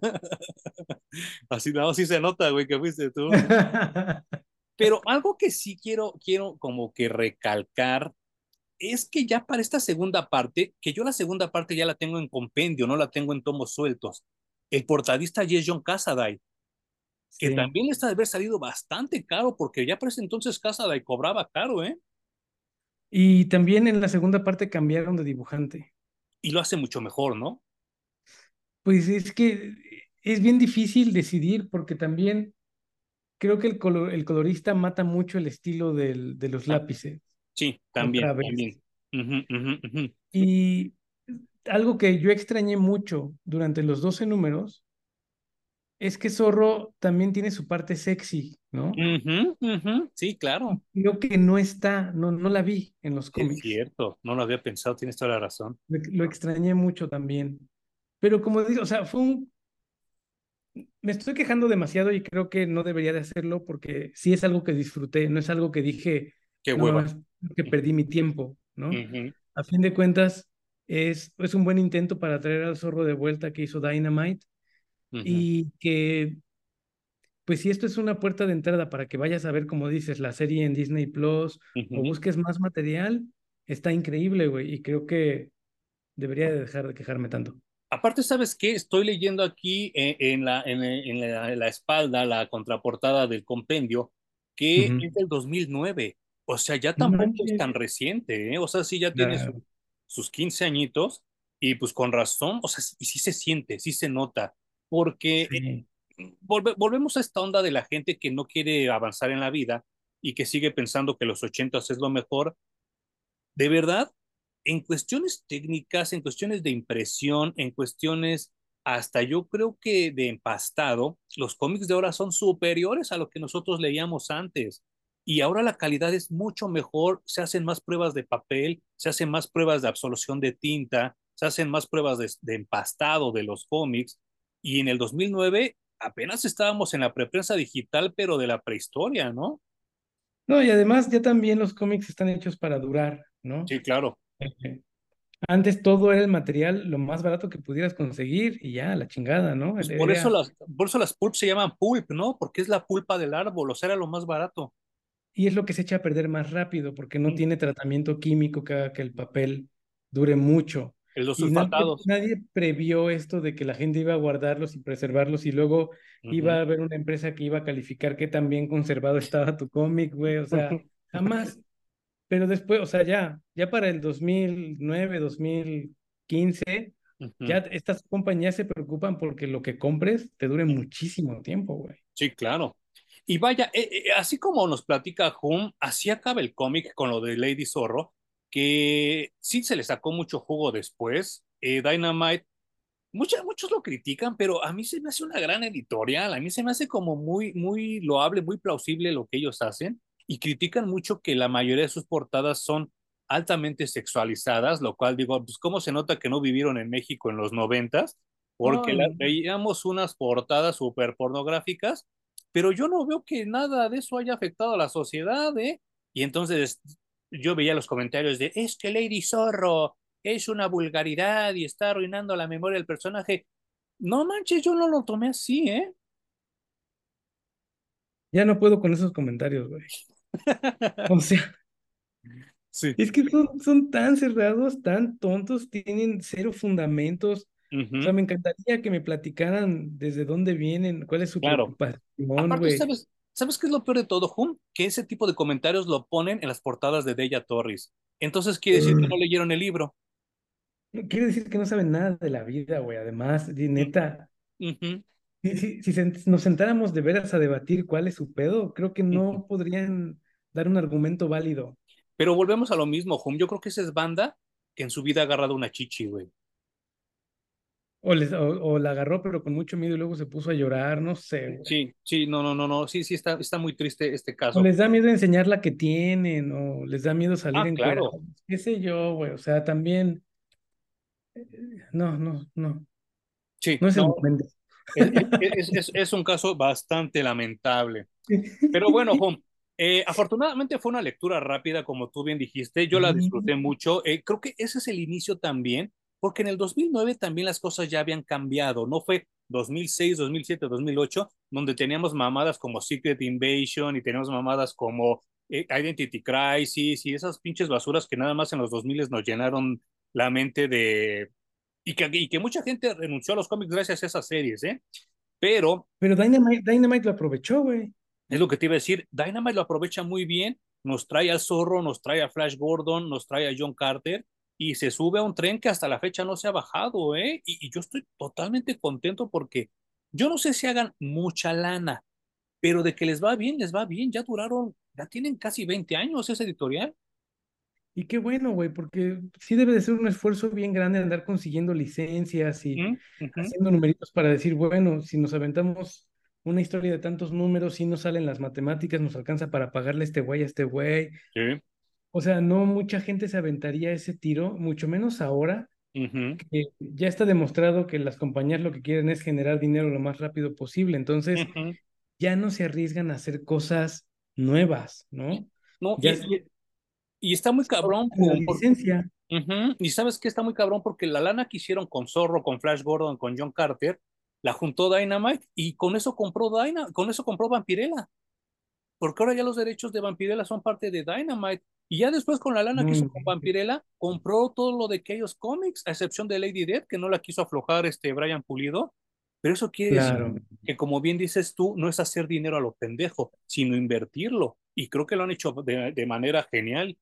Así, no, sí se nota, güey, que fuiste tú. Pero algo que sí quiero como que recalcar es que ya para esta segunda parte, que yo la segunda parte ya la tengo en compendio, no la tengo en tomos sueltos. El portadista ya es John Cassaday, que Sí. también está de haber salido bastante caro, porque ya para ese entonces Cassaday cobraba caro, ¿eh? Y también en la segunda parte cambiaron de dibujante. Y lo hace mucho mejor, ¿no? Pues es que es bien difícil decidir porque también creo que el colorista mata mucho el estilo de los Ah, lápices, sí, otra también, vez. también. Ujú, ujú, ujú. Y algo que yo extrañé mucho durante los 12 números es que Zorro también tiene su parte sexy, ¿no? Ujú, ujú. Sí, claro. Creo que no está, no la vi en los Es cómics. cierto, no lo había pensado, tienes toda la razón. Lo extrañé mucho también. Pero como digo, o sea, me estoy quejando demasiado y creo que no debería de hacerlo porque sí es algo que disfruté, no es algo que dije, Qué no hueva. mames, que perdí mi tiempo, ¿no? Ujú, A fin de cuentas, es un buen intento para traer al zorro de vuelta que hizo Dynamite ujú, y que, pues si esto es una puerta de entrada para que vayas a ver, como dices, la serie en Disney Plus o ujú. busques más material, está increíble, güey, y creo que debería de dejar de quejarme tanto. Aparte, ¿sabes qué? Estoy leyendo aquí en la espalda, la contraportada del compendio, que Ujú. es del 2009. O sea, ya No tampoco es manches. tan reciente, ¿eh? O sea, sí ya tiene Claro, sus 15 añitos y pues con razón, o sea, y sí se siente, sí se nota, porque sí. volvemos a esta onda de la gente que no quiere avanzar en la vida y que sigue pensando que los 80 es lo mejor. De verdad, en cuestiones técnicas, en cuestiones de impresión, en cuestiones hasta yo creo que de empastado, los cómics de ahora son superiores a lo que nosotros leíamos antes. Y ahora la calidad es mucho mejor, se hacen más pruebas de papel, se hacen más pruebas de absorción de tinta, se hacen más pruebas de empastado de los cómics. Y en el 2009 apenas estábamos en la preprensa digital, pero de la prehistoria, ¿no? No, y además ya también los cómics están hechos para durar, ¿no? Sí, claro. Eh, Antes todo era el material lo más barato que pudieras conseguir y ya, la chingada, ¿no? Pues Era, por eso las pulp se llaman pulp, ¿no? Porque es la pulpa del árbol, o sea, era lo más barato. y es lo que se echa a perder más rápido porque no Mm. tiene tratamiento químico que haga que el papel dure mucho. Los Y nadie, sulfatados. nadie previó esto de que la gente iba a guardarlos y preservarlos y luego iba Ujú. a haber una empresa que iba a calificar qué tan bien conservado estaba tu cómic, güey. O sea, jamás. Pero después, o sea, ya para el 2009, 2015, ya Ujú. estas compañías se preocupan porque lo que compres te dure muchísimo tiempo, güey. Sí, claro. Y vaya, así como nos platica Hum, así acaba el cómic con lo de Lady Zorro, que sí se le sacó mucho jugo después. Dynamite, muchos lo critican, pero a mí se me hace una gran editorial, a mí se me hace como muy loable, muy plausible lo que ellos hacen, y critican mucho que la mayoría de sus portadas son altamente sexualizadas, lo cual digo, pues cómo se nota que no vivieron en México en los noventas, No, porque veíamos unas portadas súper pornográficas, pero yo no veo que nada de eso haya afectado a la sociedad, ¿eh? Y entonces yo veía los comentarios de, es que Lady Zorro es una vulgaridad y está arruinando la memoria del personaje. No manches, yo no lo tomé así, ¿eh? ya no puedo con esos comentarios, güey. O sea, Sí. es que son tan cerrados, tan tontos, tienen cero fundamentos. O sea, Ujú, me encantaría que me platicaran desde dónde vienen, cuál es su claro. preocupación, Aparte, güey. ¿sabes qué es lo peor de todo, Hum? Que ese tipo de comentarios lo ponen en las portadas de Deya Torres. Entonces quiere decir que no leyeron el libro. No quiere decir que no saben nada de la vida, güey. Además, y Ujú, neta, ujú, si nos sentáramos de veras a debatir cuál es su pedo, creo que ujú. no podrían dar un argumento válido. Pero volvemos a lo mismo, Hum. Yo creo que esa es banda que en su vida ha agarrado una chichi, güey. O la agarró, pero con mucho miedo y luego se puso a llorar, no sé, güey. Sí, sí, no. Sí, sí, está muy triste este O caso. les da miedo enseñar la que tienen, o les da miedo salir Ah, encuerados. claro. Qué sé yo, güey. O sea, también, no. Sí, No es el no. momento. Es un caso bastante lamentable. Pero bueno, Home, afortunadamente fue una lectura rápida, como tú bien dijiste, yo la disfruté mucho. Creo que ese es el inicio también, porque en el 2009 también las cosas ya habían cambiado, no fue 2006, 2007, 2008, donde teníamos mamadas como Secret Invasion y teníamos mamadas como Identity Crisis y esas pinches basuras que nada más en los 2000 nos llenaron la mente de... Y que mucha gente renunció a los cómics gracias a esas series, ¿eh? Pero Pero Dynamite lo aprovechó, güey. es lo que te iba a decir, Dynamite lo aprovecha muy bien, nos trae al Zorro, nos trae a Flash Gordon, nos trae a John Carter y se sube a un tren que hasta la fecha no se ha bajado, ¿eh? Y yo estoy totalmente contento porque yo no sé si hagan mucha lana, pero de que les va bien, ya duraron, ya tienen casi 20 años ese editorial. Y qué bueno, güey, porque sí debe de ser un esfuerzo bien grande andar consiguiendo licencias y Ujú, ujú, haciendo numeritos para decir, bueno, si nos aventamos una historia de tantos números, si nos salen las matemáticas, nos alcanza para pagarle a este güey, a este güey. sí, O sea, no mucha gente se aventaría ese tiro, mucho menos ahora, ujú, que ya está demostrado que las compañías lo que quieren es generar dinero lo más rápido posible. Entonces, ujú. ya no se arriesgan a hacer cosas nuevas, ¿no? No, Ya se y está muy cabrón, en la porque licencia. ujú. Y sabes que está muy cabrón porque la lana que hicieron con Zorro, con Flash Gordon, con John Carter, la juntó Dynamite y con eso compró Vampirella, porque ahora ya los derechos de Vampirella son parte de Dynamite. Y ya después con la lana que No hizo con inventes. Vampirella, compró todo lo de aquellos cómics, a excepción de Lady Death, que no la quiso aflojar Brian Pulido. Pero eso quiere decir Claro. que, como bien dices tú, no es hacer dinero a lo pendejo, sino invertirlo. Y creo que lo han hecho de manera genial.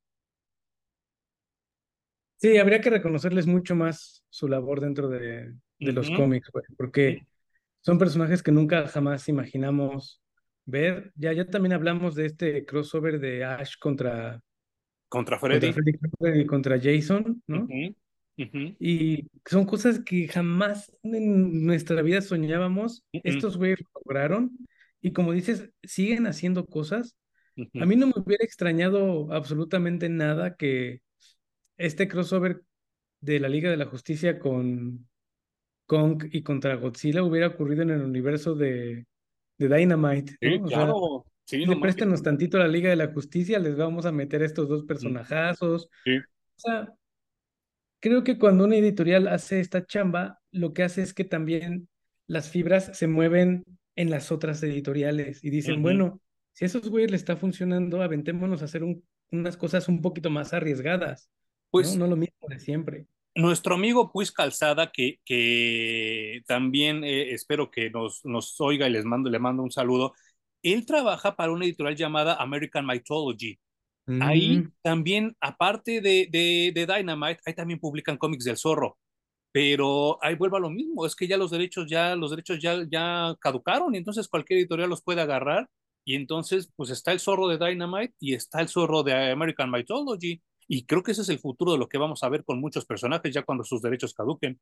Sí, habría que reconocerles mucho más su labor dentro de los Ujú, cómics, güey, porque son personajes que nunca jamás imaginamos ver. Ya también hablamos de este crossover de Ash contra contra Freddy. Freddy Krueger y contra Jason, ¿no? Ujú, ujú, Y son cosas que jamás en nuestra vida soñábamos. ujú, Estos güeyes lo lograron. Y como dices, siguen haciendo cosas. A ujú. mí no me hubiera extrañado absolutamente nada que este crossover de la Liga de la Justicia con Kong y contra Godzilla hubiera ocurrido en el universo de Dynamite, Sí, ¿no? O sea, claro. Sí, no le mames. préstenos tantito a la Liga de la Justicia, les vamos a meter a estos dos Ujú, personajazos. sí, O sea, creo que cuando una editorial hace esta chamba, lo que hace es que también las fibras se mueven en las otras editoriales y dicen, ujú. bueno, si a esos güeyes le está funcionando, aventémonos a hacer unas cosas un poquito más arriesgadas, ¿no? Pues No lo mismo de siempre. nuestro amigo Puis Calzada, que también espero que nos oiga y le mando un saludo. Él trabaja para una editorial llamada American Mythology. Ahí Mm, también, aparte de Dynamite, ahí también publican cómics del Zorro. Pero ahí vuelve a lo mismo, es que ya los derechos ya caducaron y entonces cualquier editorial los puede agarrar y entonces pues está el zorro de Dynamite y está el zorro de American Mythology y creo que ese es el futuro de lo que vamos a ver con muchos personajes ya cuando sus derechos caduquen.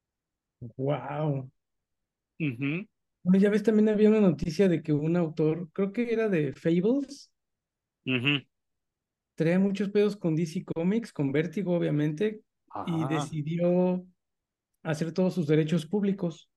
wow. Ujú, Bueno, ya ves, también había una noticia de que un autor, creo que era de Fables, ujú. traía muchos pedos con DC Comics, con Vértigo, obviamente, y Ah, decidió hacer todos sus derechos públicos.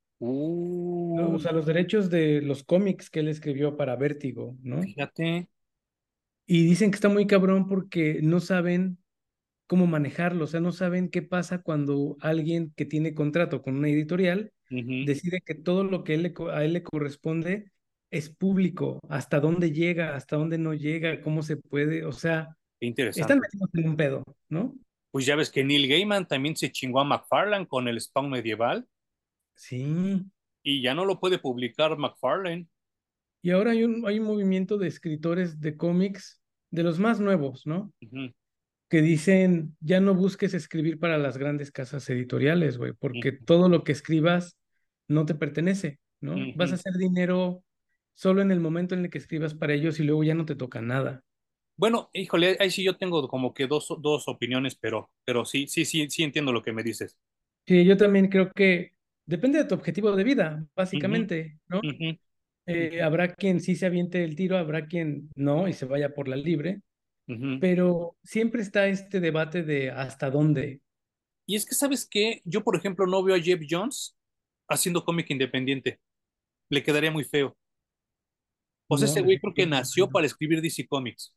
O uh, sea, los derechos de los cómics que él escribió para Vértigo, ¿no? fíjate. Y dicen que está muy cabrón porque no saben cómo manejarlo, o sea, no saben qué pasa cuando alguien que tiene contrato con una editorial Ujú, decide que todo lo que a él le corresponde es público, hasta dónde llega, hasta dónde no llega, cómo se puede, o sea, qué están interesante. metidos en un pedo, ¿no? Pues ya ves que Neil Gaiman también se chingó a McFarlane con el Spawn medieval Sí. y ya no lo puede publicar McFarlane. Y ahora hay un movimiento de escritores de cómics, de los más nuevos, ¿no? Ujú, Que dicen, ya no busques escribir para las grandes casas editoriales, güey, porque ujú, todo lo que escribas no te pertenece, ¿no? Vas a ujú. hacer dinero solo en el momento en el que escribas para ellos y luego ya no te toca nada. Bueno, híjole, ahí sí yo tengo como que dos opiniones, pero sí, sí, sí, sí entiendo lo que me dices. Sí, yo también creo que depende de tu objetivo de vida, Ujú, básicamente, ¿no? ujú, ujú, Habrá quien sí se aviente el tiro, habrá quien no y se vaya por la libre, ujú. pero siempre está este debate de hasta dónde. Y es que, ¿sabes qué? Yo, por ejemplo, no veo a Jeff Jones haciendo cómic independiente. Le quedaría muy feo. O sea, No, ese güey creo que nació definitivamente. para escribir DC Comics.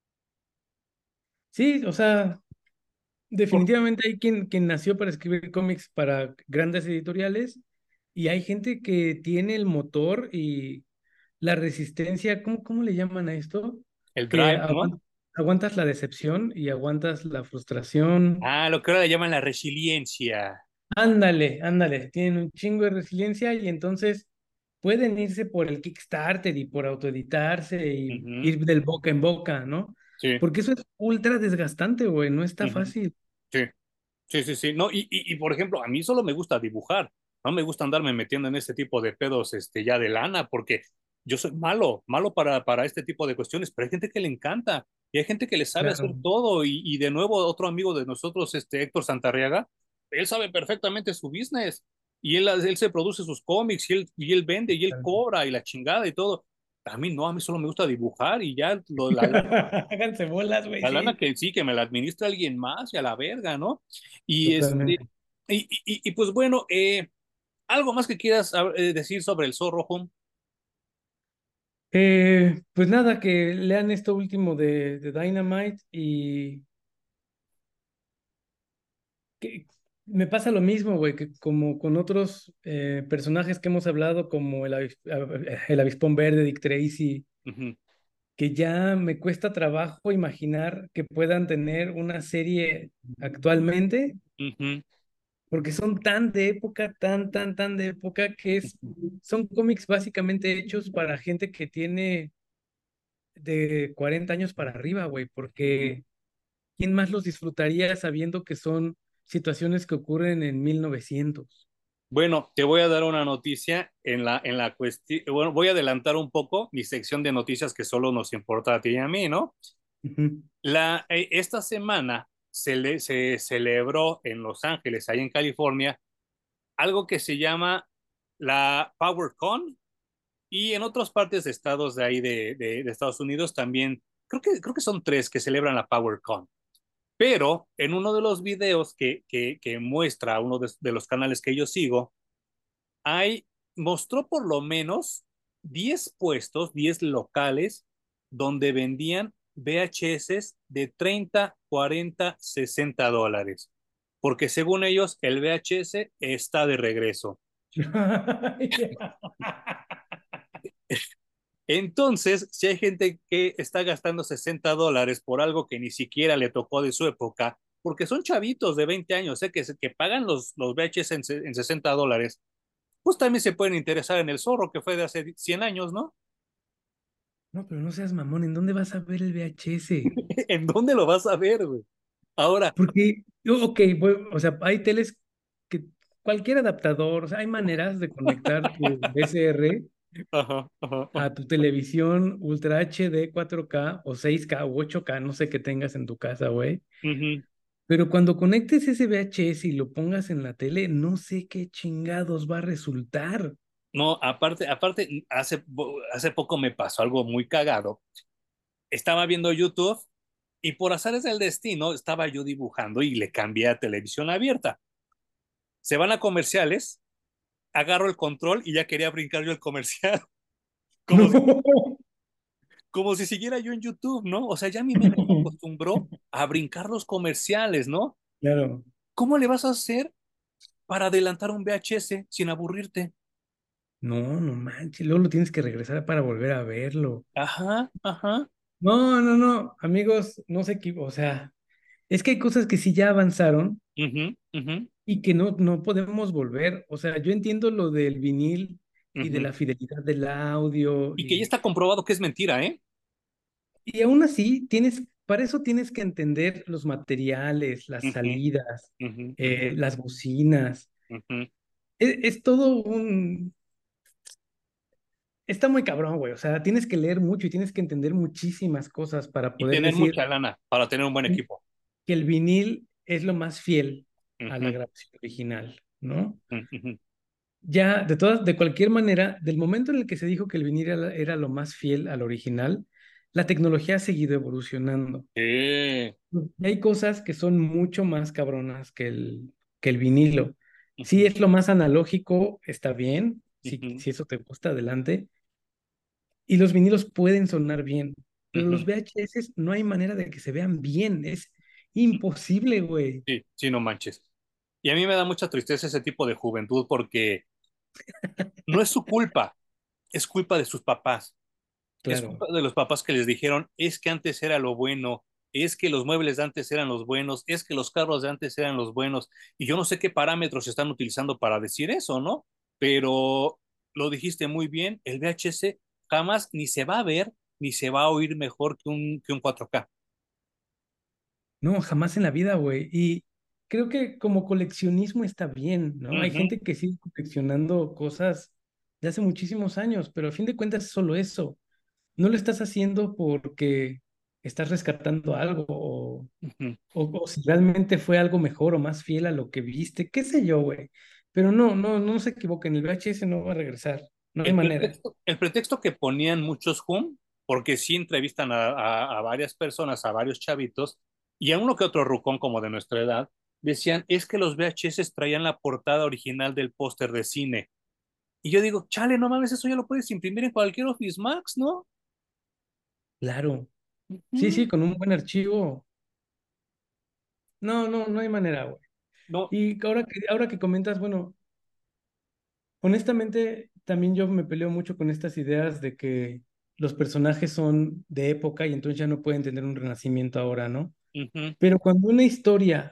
Sí, o sea, Por- definitivamente hay quien nació para escribir cómics para grandes editoriales y hay gente que tiene el motor y la resistencia, ¿cómo le llaman a esto? el Que Drive, ¿no? aguantas la decepción y aguantas la frustración. Ah, lo que ahora le llaman la resiliencia. Ándale, ándale, tienen un chingo de resiliencia y entonces pueden irse por el Kickstarter y por autoeditarse y Ujú, ir del boca en boca, ¿no? sí, Porque eso es ultra desgastante, güey, no está ujú, fácil. sí. Sí, sí, sí. No, por ejemplo, a mí solo me gusta dibujar. No me gusta andarme metiendo en este tipo de pedos, ya de lana, porque yo soy malo, malo para este tipo de cuestiones, pero hay gente que le encanta y hay gente que le sabe hacer Claro, todo. Y de nuevo, otro amigo de nosotros, Héctor Santarriaga, él sabe perfectamente su business y él se produce sus cómics y él vende y él claro. cobra y la chingada y todo. A mí no, a mí solo me gusta dibujar y ya Háganse bolas, güey, la lana sí. que sí, que me la administra alguien más y a la verga, ¿no? Y Totalmente. pues bueno, algo más que quieras decir sobre el Zorro Home. Pues nada, que lean esto último de Dynamite y que me pasa lo mismo, güey, que como con otros personajes que hemos hablado, como el Avispón Verde, Dick Tracy, Ujú, que ya me cuesta trabajo imaginar que puedan tener una serie actualmente, ujú, porque son tan de época, tan de época, son cómics básicamente hechos para gente que tiene de 40 años para arriba, güey, ujú. porque ¿quién más los disfrutaría sabiendo que son situaciones que ocurren en 1900? Bueno, te voy a dar una noticia en la cuestión. Bueno, voy a adelantar un poco mi sección de noticias que solo nos importa a ti y a mí, ¿no? Ujú. Esta semana se celebró en Los Ángeles, ahí en California, algo que se llama la PowerCon. Y en otras partes de estados de ahí de Estados Unidos también, creo que son tres que celebran la PowerCon. Pero en uno de los videos que muestra uno de los canales que yo sigo, hay, mostró por lo menos 10 puestos, 10 locales donde vendían VHS de 30, 40, $60. Porque según ellos, el VHS está de regreso. Entonces, si hay gente que está gastando $60 por algo que ni siquiera le tocó de su época, porque son chavitos de 20 años, que pagan los VHS en $60, pues también se pueden interesar en el zorro que fue de hace 100 años, ¿no? No, pero no seas mamón, ¿en dónde vas a ver el VHS? ¿En dónde lo vas a ver, güey? Ahora, Porque, ok, o sea, hay teles que cualquier adaptador, o sea, hay maneras de conectar tu VCR ajá, ajá, ajá. a tu televisión Ultra HD 4K o 6K o 8K, no sé qué tengas en tu casa, güey. Ujú. Pero cuando conectes ese VHS y lo pongas en la tele, no sé qué chingados va a resultar. No, aparte, hace poco me pasó algo muy cagado. Estaba viendo YouTube y por azares del destino estaba yo dibujando y le cambié a televisión abierta. Se van a comerciales, agarro el control y ya quería brincar yo el comercial, como si, No. como si siguiera yo en YouTube, ¿no? O sea, ya mi mente se acostumbró a brincar los comerciales, ¿no? Claro. ¿Cómo le vas a hacer para adelantar un VHS sin aburrirte? No, no manches, luego lo tienes que regresar para volver a verlo. Ajá, ajá. No, amigos, no sé qué, o sea, es que hay cosas que sí ya avanzaron Ujú, ujú, y que no podemos volver. O sea, yo entiendo lo del vinil y de ujú. la fidelidad del audio Y que ya está comprobado que es mentira, ¿eh? y aún así para eso tienes que entender los materiales, las Ujú, salidas, ujú, ujú, las bocinas. ujú. Es todo está muy cabrón, güey. O sea, tienes que leer mucho y tienes que entender muchísimas cosas para Y poder tener decir mucha lana para tener un buen equipo. que el vinil es lo más fiel a la Ujú, grabación original, ¿no? ujú, ujú. Ya, de cualquier manera, del momento en el que se dijo que el vinil era lo más fiel al original, la tecnología ha seguido evolucionando. Sí. Y hay cosas que son mucho más cabronas que el vinilo. Si Ujú, es lo más analógico, está bien. Si, ujú. si eso te gusta, adelante. Y los vinilos pueden sonar bien, pero los Ujú. VHS no hay manera de que se vean bien. Es imposible, güey. Sí, sí, no manches. Y a mí me da mucha tristeza ese tipo de juventud porque no es su culpa, es culpa de sus papás. Es Claro. culpa de los papás que les dijeron, es que antes era lo bueno, es que los muebles de antes eran los buenos, es que los carros de antes eran los buenos. Y yo no sé qué parámetros están utilizando para decir eso, ¿no? Pero lo dijiste muy bien, el VHS jamás ni se va a ver ni se va a oír mejor que un 4K. No, jamás en la vida, güey. Y creo que como coleccionismo está bien, ¿no? Hay Ujú, gente que sigue coleccionando cosas de hace muchísimos años, pero a fin de cuentas es solo eso. No lo estás haciendo porque estás rescatando algo ujú. o si realmente fue algo mejor o más fiel a lo que viste, qué sé yo, güey. Pero no, no, no se equivoquen, el VHS no va a regresar, no hay manera. El pretexto que ponían muchos Hum, porque sí entrevistan a varias personas, a varios chavitos, y a uno que otro rucón como de nuestra edad, decían, es que los VHS traían la portada original del póster de cine. Y yo digo, chale, no mames, eso ya lo puedes imprimir en cualquier Office Max, ¿no? Claro, sí, Ujú. sí, con un buen archivo. No, no, no hay manera, güey. No, Y ahora que comentas, bueno, honestamente, también yo me peleo mucho con estas ideas de que los personajes son de época y entonces ya no pueden tener un renacimiento ahora, ¿no? ujú. Pero cuando una historia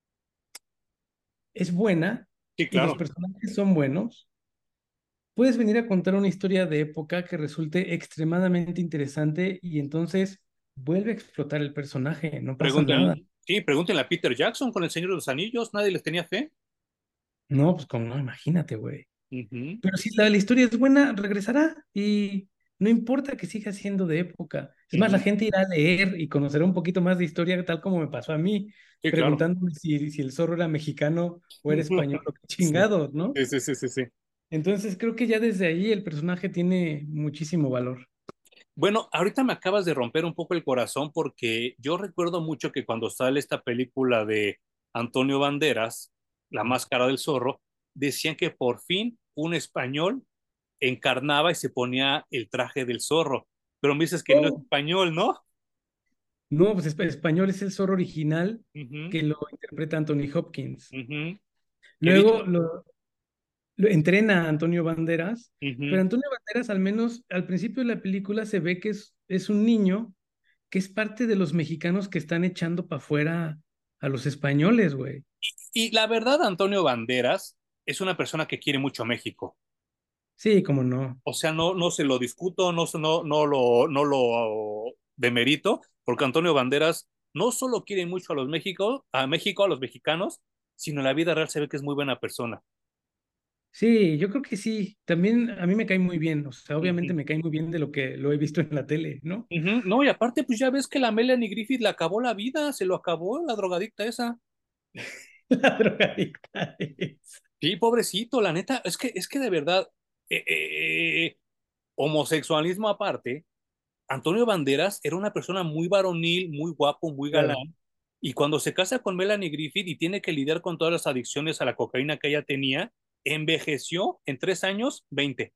es buena Sí, y los claro. personajes son buenos, puedes venir a contar una historia de época que resulte extremadamente interesante y entonces vuelve a explotar el personaje, no pasa nada. Pregúntenle a Peter Jackson con El Señor de los Anillos, nadie les tenía fe. No, pues como no, imagínate, güey. Ujú, Pero si la historia es buena, regresará y no importa que siga siendo de época. Es más, la ujú. gente irá a leer y conocerá un poquito más de historia, tal como me pasó a mí, Sí, claro. preguntándome si el zorro era mexicano o era español o qué Sí, chingados, ¿no? sí, sí, sí, sí. Entonces creo que ya desde ahí el personaje tiene muchísimo valor. Bueno, ahorita me acabas de romper un poco el corazón porque yo recuerdo mucho que cuando sale esta película de Antonio Banderas, La Máscara del Zorro, decían que por fin un español encarnaba y se ponía el traje del zorro. Pero me dices que no es Oh. español, ¿no? No, pues español es el zorro original Ujú, que lo interpreta Anthony Hopkins. ujú. Que dicho, Luego lo entrena a Antonio Banderas, pero ujú. Antonio Banderas al menos al principio de la película se ve que es un niño que es parte de los mexicanos que están echando para afuera a los españoles, güey. Y la verdad, Antonio Banderas es una persona que quiere mucho a México. Sí, cómo no. O sea, no, no se lo discuto, no lo demerito, porque Antonio Banderas no solo quiere mucho a los México, a los mexicanos, sino en la vida real se ve que es muy buena persona. Sí, yo creo que sí. También a mí me cae muy bien. O sea, Ujú, obviamente me cae muy bien de lo que lo he visto en la tele, ¿no? ujú. No, y aparte, pues ya ves que la Melanie Griffith le acabó la vida, se lo acabó la drogadicta esa. La drogadicta es. Sí, pobrecito, la neta, es que de verdad, eh, eh, eh, homosexualismo aparte, Antonio Banderas era una persona muy varonil, muy guapo, muy galán. Claro. Y cuando se casa con Melanie Griffith y tiene que lidiar con todas las adicciones a la cocaína que ella tenía, envejeció en 3 años 20.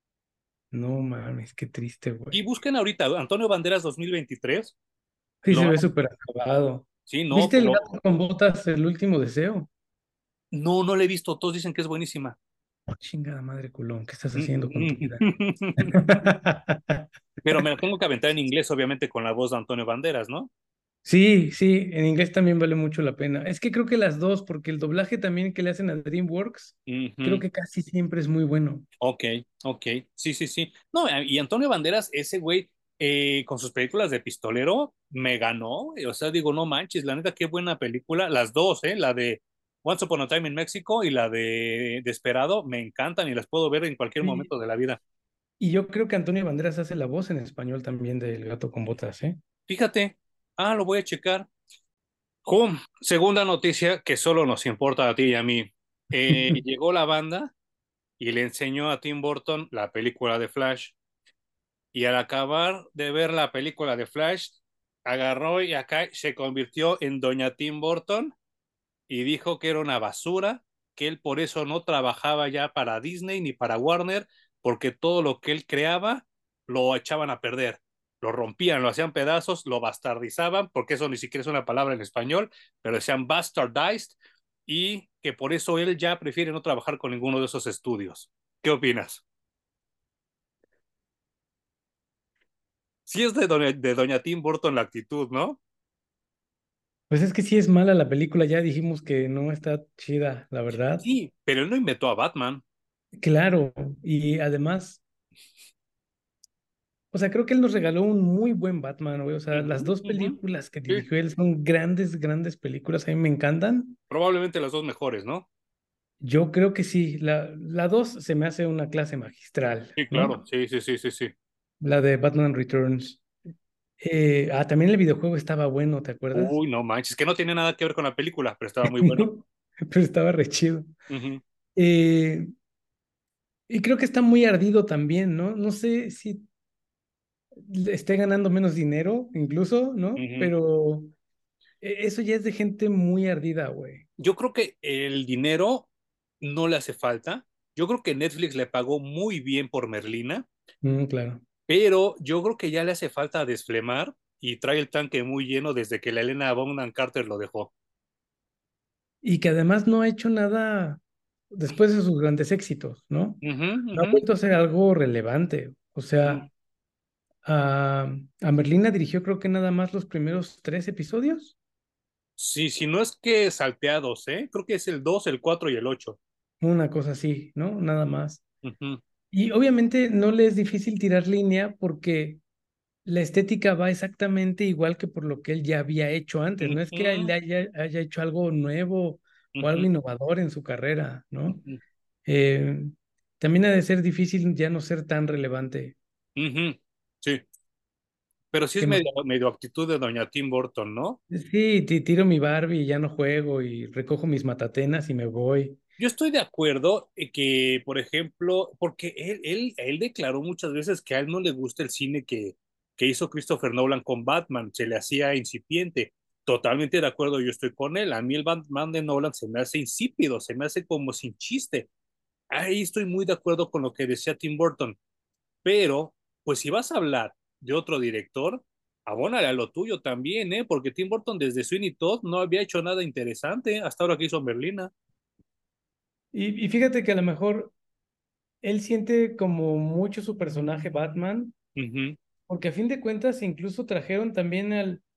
No mames, qué triste, Y güey. busquen ahorita Antonio Banderas 2023. Sí, Lo se van ve a- súper acabado. Sí, no, ¿Viste el pero gato con botas, el último deseo? no, no le he visto. Todos dicen que es buenísima. Oh, chingada madre culón, ¿qué estás haciendo con tu vida? Pero me la tengo que aventar en inglés, obviamente, con la voz de Antonio Banderas, ¿no? Sí, sí, en inglés también vale mucho la pena. Es que creo que las dos, porque el doblaje también que le hacen a DreamWorks, creo Ujú. que casi siempre es muy bueno. Ok, ok, sí, sí, sí. No, y Antonio Banderas, ese güey, con sus películas de pistolero, me ganó. O sea, digo, no manches, la neta, qué buena película. Las dos, la de Once Upon a Time in Mexico y la de Desperado, me encantan y las puedo ver en cualquier Sí, momento de la vida. y yo creo que Antonio Banderas hace la voz en español también del gato con botas, ¿eh? Fíjate, lo voy a checar. Segunda noticia que solo nos importa a ti y a mí. Llegó la banda y le enseñó a Tim Burton la película de Flash. Y al acabar de ver la película de Flash, agarró y acá se convirtió en Doña Tim Burton y dijo que era una basura, que él por eso no trabajaba ya para Disney ni para Warner, porque todo lo que él creaba lo echaban a perder, lo rompían, lo hacían pedazos, lo bastardizaban, porque eso ni siquiera es una palabra en español, pero decían bastardized, y que por eso él ya prefiere no trabajar con ninguno de esos estudios. ¿Qué opinas? Sí es de doña Tim Burton la actitud, ¿no? Pues es que sí es mala la película, ya dijimos que no está chida, la verdad. Sí, pero él no inventó a Batman. Claro, y además, o sea, creo que él nos regaló un muy buen Batman, güey. O sea, las Ujú, dos ujú. películas que Sí, dirigió él son grandes, grandes películas, a mí me encantan. probablemente las dos mejores, ¿no? Yo creo que sí, la dos se me hace una clase magistral, Sí, claro, ¿no? sí, sí, sí, sí, sí. La de Batman Returns. También el videojuego estaba bueno, ¿te acuerdas? Uy, no manches, que no tiene nada que ver con la película, pero estaba muy bueno. Pero estaba re chido. Ujú, Eh, y creo que está muy ardido también, ¿no? No sé si esté ganando menos dinero, incluso, ¿no? ujú. Pero eso ya es de gente muy ardida, güey. Yo creo que el dinero no le hace falta. Yo creo que Netflix le pagó muy bien por Merlina, Claro. pero yo creo que ya le hace falta desflemar y trae el tanque muy lleno desde que la Elena Bonham Carter lo dejó. Y que además no ha hecho nada después de sus grandes éxitos, ¿no? Ujú, No ha ujú, vuelto a hacer algo relevante. O ujú. sea, a Merlina dirigió creo que nada más los primeros 3 episodios, Sí, si no es que salteados, ¿eh? Creo que es el 2, el 4 y el 8. una cosa así, ¿no? Nada más. Ujú, Y obviamente no le es difícil tirar línea porque la estética va exactamente igual que por lo que él ya había hecho antes. No es que él ujú, haya hecho algo nuevo o algo ujú, innovador en su carrera, ¿no? ujú, Eh, También ha de ser difícil ya no ser tan relevante. ujú. Sí, pero sí es ¿Qué más? medio actitud de doña Tim Burton, ¿no? Sí, tiro mi Barbie y ya no juego y recojo mis matatenas y me voy. Yo estoy de acuerdo que, por ejemplo, porque él declaró muchas veces que a él no le gusta el cine que hizo Christopher Nolan con Batman, se le hacía incipiente. Totalmente de acuerdo, yo estoy con él. A mí el Batman de Nolan se me hace insípido, se me hace como sin chiste. Ahí estoy muy de acuerdo con lo que decía Tim Burton. Pero, pues si vas a hablar de otro director, abónale a lo tuyo también, ¿eh? Porque Tim Burton desde Sweeney Todd no había hecho nada interesante hasta ahora que hizo Merlina. Y fíjate que a lo mejor él siente como mucho su personaje Batman, Ujú. porque a fin de cuentas incluso trajeron también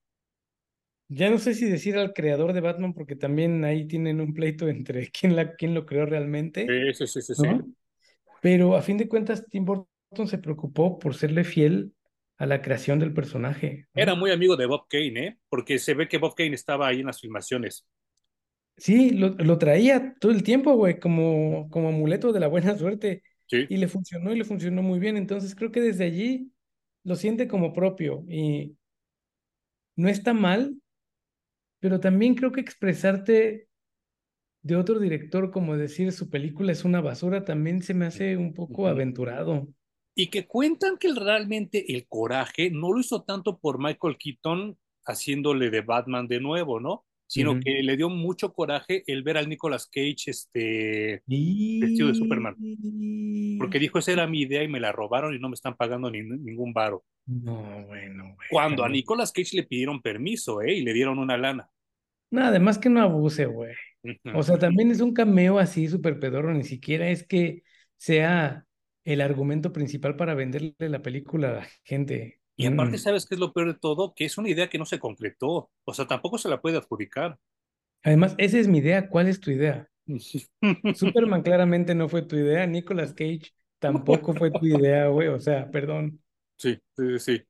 ya no sé si decir al creador de Batman, porque también ahí tienen un pleito entre quién lo creó realmente, Sí, sí, sí, sí, sí. ¿no? Pero a fin de cuentas Tim Burton se preocupó por serle fiel a la creación del personaje, Era ¿no? muy amigo de Bob Kane, ¿eh? Porque se ve que Bob Kane estaba ahí en las filmaciones. Sí, lo traía todo el tiempo, güey, como amuleto de la buena suerte. Sí. Y le funcionó muy bien. Entonces creo que desde allí lo siente como propio. Y no está mal, pero también creo que expresarte de otro director, como decir su película es una basura, también se me hace un poco Ujú. aventurado. Y que cuentan que realmente el coraje no lo hizo tanto por Michael Keaton haciéndole de Batman de nuevo, ¿no? Sino Ujú. que le dio mucho coraje el ver al Nicolas Cage vestido de Superman. Porque Y... dijo, esa era mi idea y me la robaron y no me están pagando ningún varo. No, bueno, güey, Cuando a también. Nicolas Cage le pidieron permiso, ¿eh? Y le dieron una lana. No, además que no abuse, güey. Ujú, O sea, ujú. también es un cameo así súper pedorro, ni siquiera es que sea el argumento principal para venderle la película a la gente. Y aparte, ¿sabes qué es lo peor de todo? Que es una idea que no se concretó. O sea, tampoco se la puede adjudicar. Además, esa es mi idea. ¿Cuál es tu idea? Superman claramente no fue tu idea. Nicolas Cage tampoco fue tu idea, güey. O sea, perdón. Sí, sí, sí.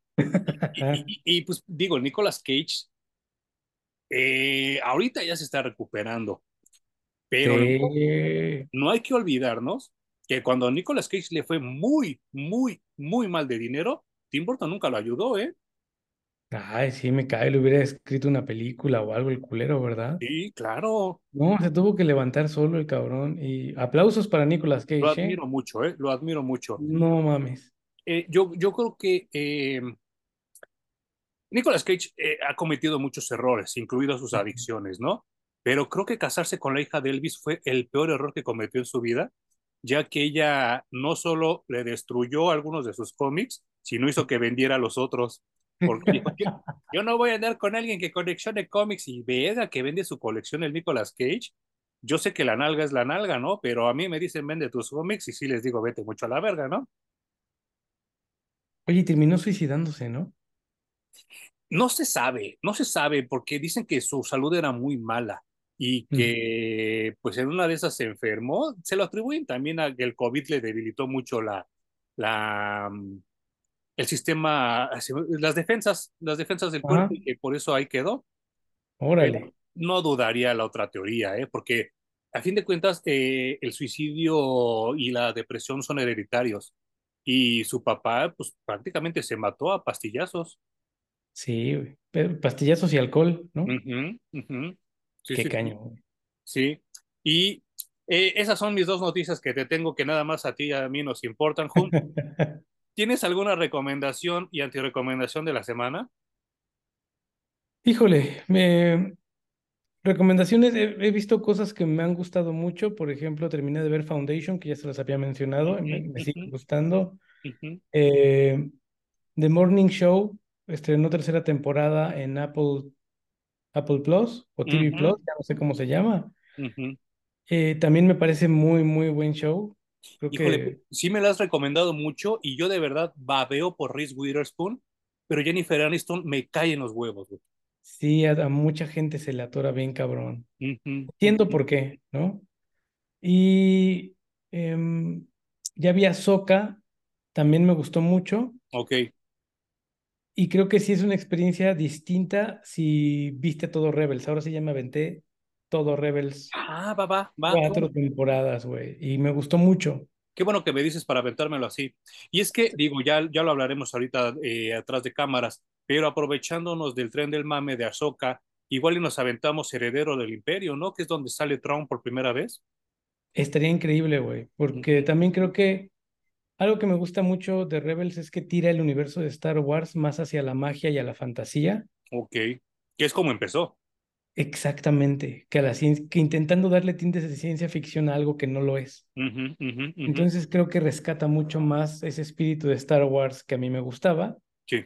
Y, pues digo, Nicolas Cage ahorita ya se está recuperando, pero no, Sí. no hay que olvidarnos que cuando a Nicolas Cage le fue muy, muy, muy mal de dinero, Tim Burton nunca lo ayudó, ¿eh? Ay, sí, me cae. Le hubiera escrito una película o algo el culero, ¿verdad? Sí, claro. No, se tuvo que levantar solo el cabrón. Y aplausos para Nicolas Lo Cage, ¿eh? admiro mucho, ¿eh? Lo admiro mucho. No mames. Yo creo que Nicolas Cage ha cometido muchos errores, incluidas sus adicciones, ¿no? Pero creo que casarse con la hija de Elvis fue el peor error que cometió en su vida, ya que ella no solo le destruyó algunos de sus cómics, si no hizo que vendiera a los otros. Porque dijo, yo no voy a andar con alguien que coleccione cómics y vea que vende su colección el Nicolas Cage. Yo sé que la nalga es la nalga, ¿no? Pero a mí me dicen vende tus cómics y sí les digo vete mucho a la verga, ¿no? Oye, y terminó suicidándose, ¿no? No se sabe, no se sabe porque dicen que su salud era muy mala y Mm. que pues en una de esas se enfermó. Se lo atribuyen también a que el COVID le debilitó mucho la, el sistema, las defensas del Ajá, cuerpo y que por eso ahí quedó. Pero órale. no dudaría la otra teoría, ¿eh? Porque a fin de cuentas el suicidio y la depresión son hereditarios y su papá pues prácticamente se mató a pastillazos. Sí, güey. Pastillazos y alcohol, ¿no? Ujú, ujú. Sí, Qué sí, sí, caño, güey. sí. Y esas son mis dos noticias que te tengo que nada más a ti y a mí nos importan, Hum. ¿Tienes alguna recomendación y antirecomendación de la semana? Híjole, recomendaciones, he visto cosas que me han gustado mucho. Por ejemplo, terminé de ver Foundation, que ya se las había mencionado, y Ujú, me sigue ujú, gustando. ujú, Eh, The Morning Show estrenó tercera temporada en Apple Plus o TV ujú, Plus, ya no sé cómo se llama. ujú. También me parece muy, muy buen show. Creo Híjole, que sí me la has recomendado mucho y yo de verdad babeo por Reese Witherspoon, pero Jennifer Aniston me cae en los huevos, güey. sí, a mucha gente se le atora bien cabrón. Ujú, Entiendo ujú. por qué, ¿no? Y em, ya vi Ahsoka, también me gustó mucho. Ok. Y creo que sí es una experiencia distinta si viste todo Rebels. Ahora sí ya me aventé todo Rebels, Ah, va, va, va. Qué bueno. 4 temporadas, güey. Y me gustó mucho. Qué bueno que me dices para aventármelo así. Y es que, digo, ya lo hablaremos ahorita atrás de cámaras, pero aprovechándonos del tren del mame de Ahsoka, igual y nos aventamos Heredero del Imperio, ¿no? Que es donde sale Thrawn por primera vez. Estaría increíble, güey. Porque Ujú. también creo que algo que me gusta mucho de Rebels es que tira el universo de Star Wars más hacia la magia y a la fantasía. Ok. Que es como empezó. Exactamente. Que a la ciencia, que intentando darle tintes de ciencia ficción a algo que no lo es. Ujú, ujú, ujú. Entonces creo que rescata mucho más ese espíritu de Star Wars que a mí me gustaba. Sí,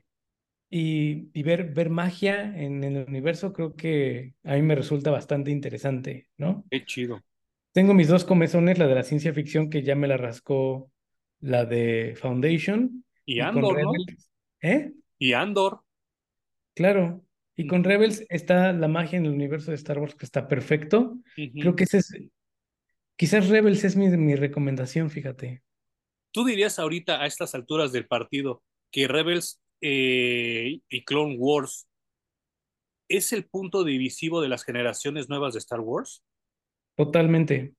Y ver magia en el universo creo que a mí me resulta bastante interesante, ¿no? qué chido. Tengo mis dos comezones, la de la ciencia ficción que ya me la rascó la de Foundation Y y con Andor, ¿no? Rebels, ¿eh? Y Andor. Claro, y con Ujú, Rebels está la magia en el universo de Star Wars que está perfecto. ujú. Creo que quizás Rebels es mi recomendación, fíjate. ¿Tú dirías ahorita a estas alturas del partido que Rebels y Clone Wars es el punto divisivo de las generaciones nuevas de Star Wars? Totalmente.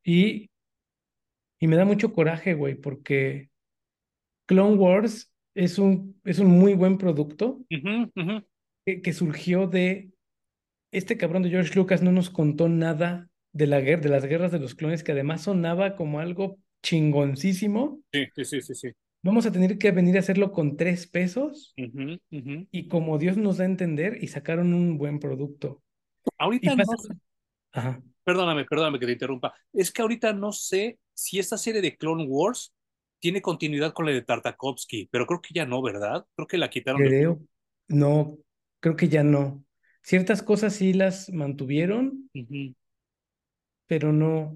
Y me da mucho coraje, güey, porque Clone Wars es un muy buen producto Ujú, ujú. que surgió de este cabrón de George Lucas no nos contó nada de la guerra, de las guerras de los clones, que además sonaba como algo chingoncísimo. Sí, sí, sí, sí, sí. Vamos a tener que venir a hacerlo con 3 pesos Ujú, ujú. y como Dios nos da a entender y sacaron un buen producto. Y Ahorita no, pasa, ajá, perdóname que te interrumpa. Es que ahorita no sé si esta serie de Clone Wars tiene continuidad con la de Tartakovsky, pero creo que ya no, ¿verdad? Creo que la quitaron de... creo, no, creo que ya no. Ciertas cosas sí las mantuvieron, Ujú, pero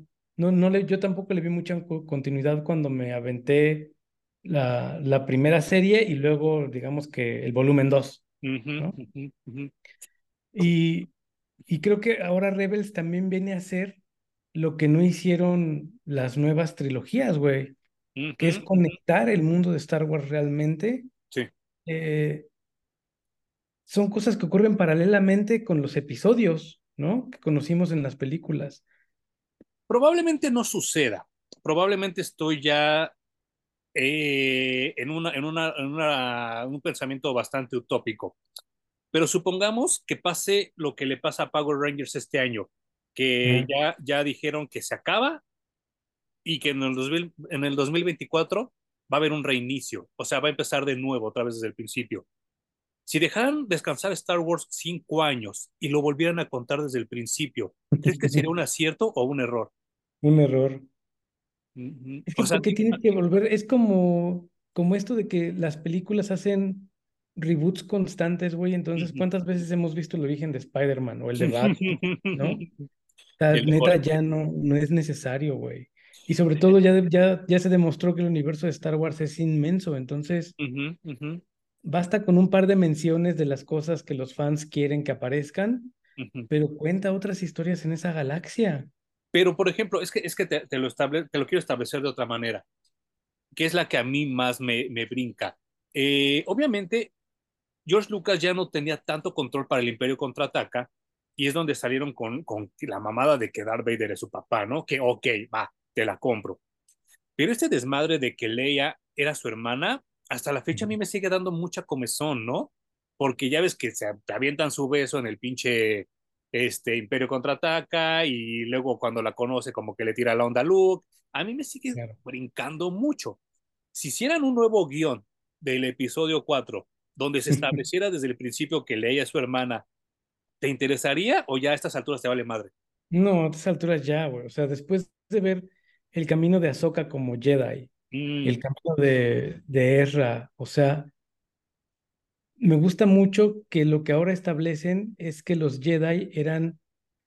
yo tampoco le vi mucha continuidad cuando me aventé la primera serie y luego, digamos que el volumen 2, ujú, ¿no? ujú, ujú, Y, y creo que ahora Rebels también viene a hacer lo que no hicieron las nuevas trilogías, güey, que ujú, es ujú. conectar el mundo de Star Wars realmente. Sí. Eh, Son cosas que ocurren paralelamente con los episodios, ¿no? Que conocimos en las películas. Probablemente no suceda. Probablemente estoy ya en un pensamiento bastante utópico. Pero supongamos que pase lo que le pasa a Power Rangers este año, que Ajá. ya dijeron que se acaba y que en el 2024 va a haber un reinicio, o sea, va a empezar de nuevo, otra vez desde el principio. Si dejaran descansar Star Wars 5 años y lo volvieran a contar desde el principio, ¿crees que sería un acierto o un error? Un error. Ujú. Es que O sea, ¿por qué tienes que volver? Es como, como esto de que las películas hacen reboots constantes, güey, entonces, Ujú. ¿cuántas veces hemos visto el origen de Spider-Man o el de Batman, ¿no? O sea, El de neta, Hulk. ya no es necesario, güey. Y sobre todo ya se demostró que el universo de Star Wars es inmenso, entonces Ujú, ujú, basta con un par de menciones de las cosas que los fans quieren que aparezcan, ujú. pero cuenta otras historias en esa galaxia. Pero, por ejemplo, es que te lo quiero establecer de otra manera, que es la que a mí más me brinca. Obviamente, George Lucas ya no tenía tanto control para el Imperio Contraataca, y es donde salieron con la mamada de que Darth Vader es su papá, ¿no? Que, ok, va, te la compro. Pero este desmadre de que Leia era su hermana, hasta la fecha a mí me sigue dando mucha comezón, ¿no? Porque ya ves que se avientan su beso en el pinche Imperio Contraataca, y luego cuando la conoce como que le tira la onda a Luke. A mí me sigue Claro. brincando mucho. Si hicieran un nuevo guión del episodio 4 donde se estableciera desde el principio que Leia es su hermana, ¿te interesaría o ya a estas alturas te vale madre? No, a estas alturas ya, güey. O sea, después de ver el camino de Ahsoka como Jedi, Mm, el camino de Ezra, o sea, me gusta mucho que lo que ahora establecen es que los Jedi eran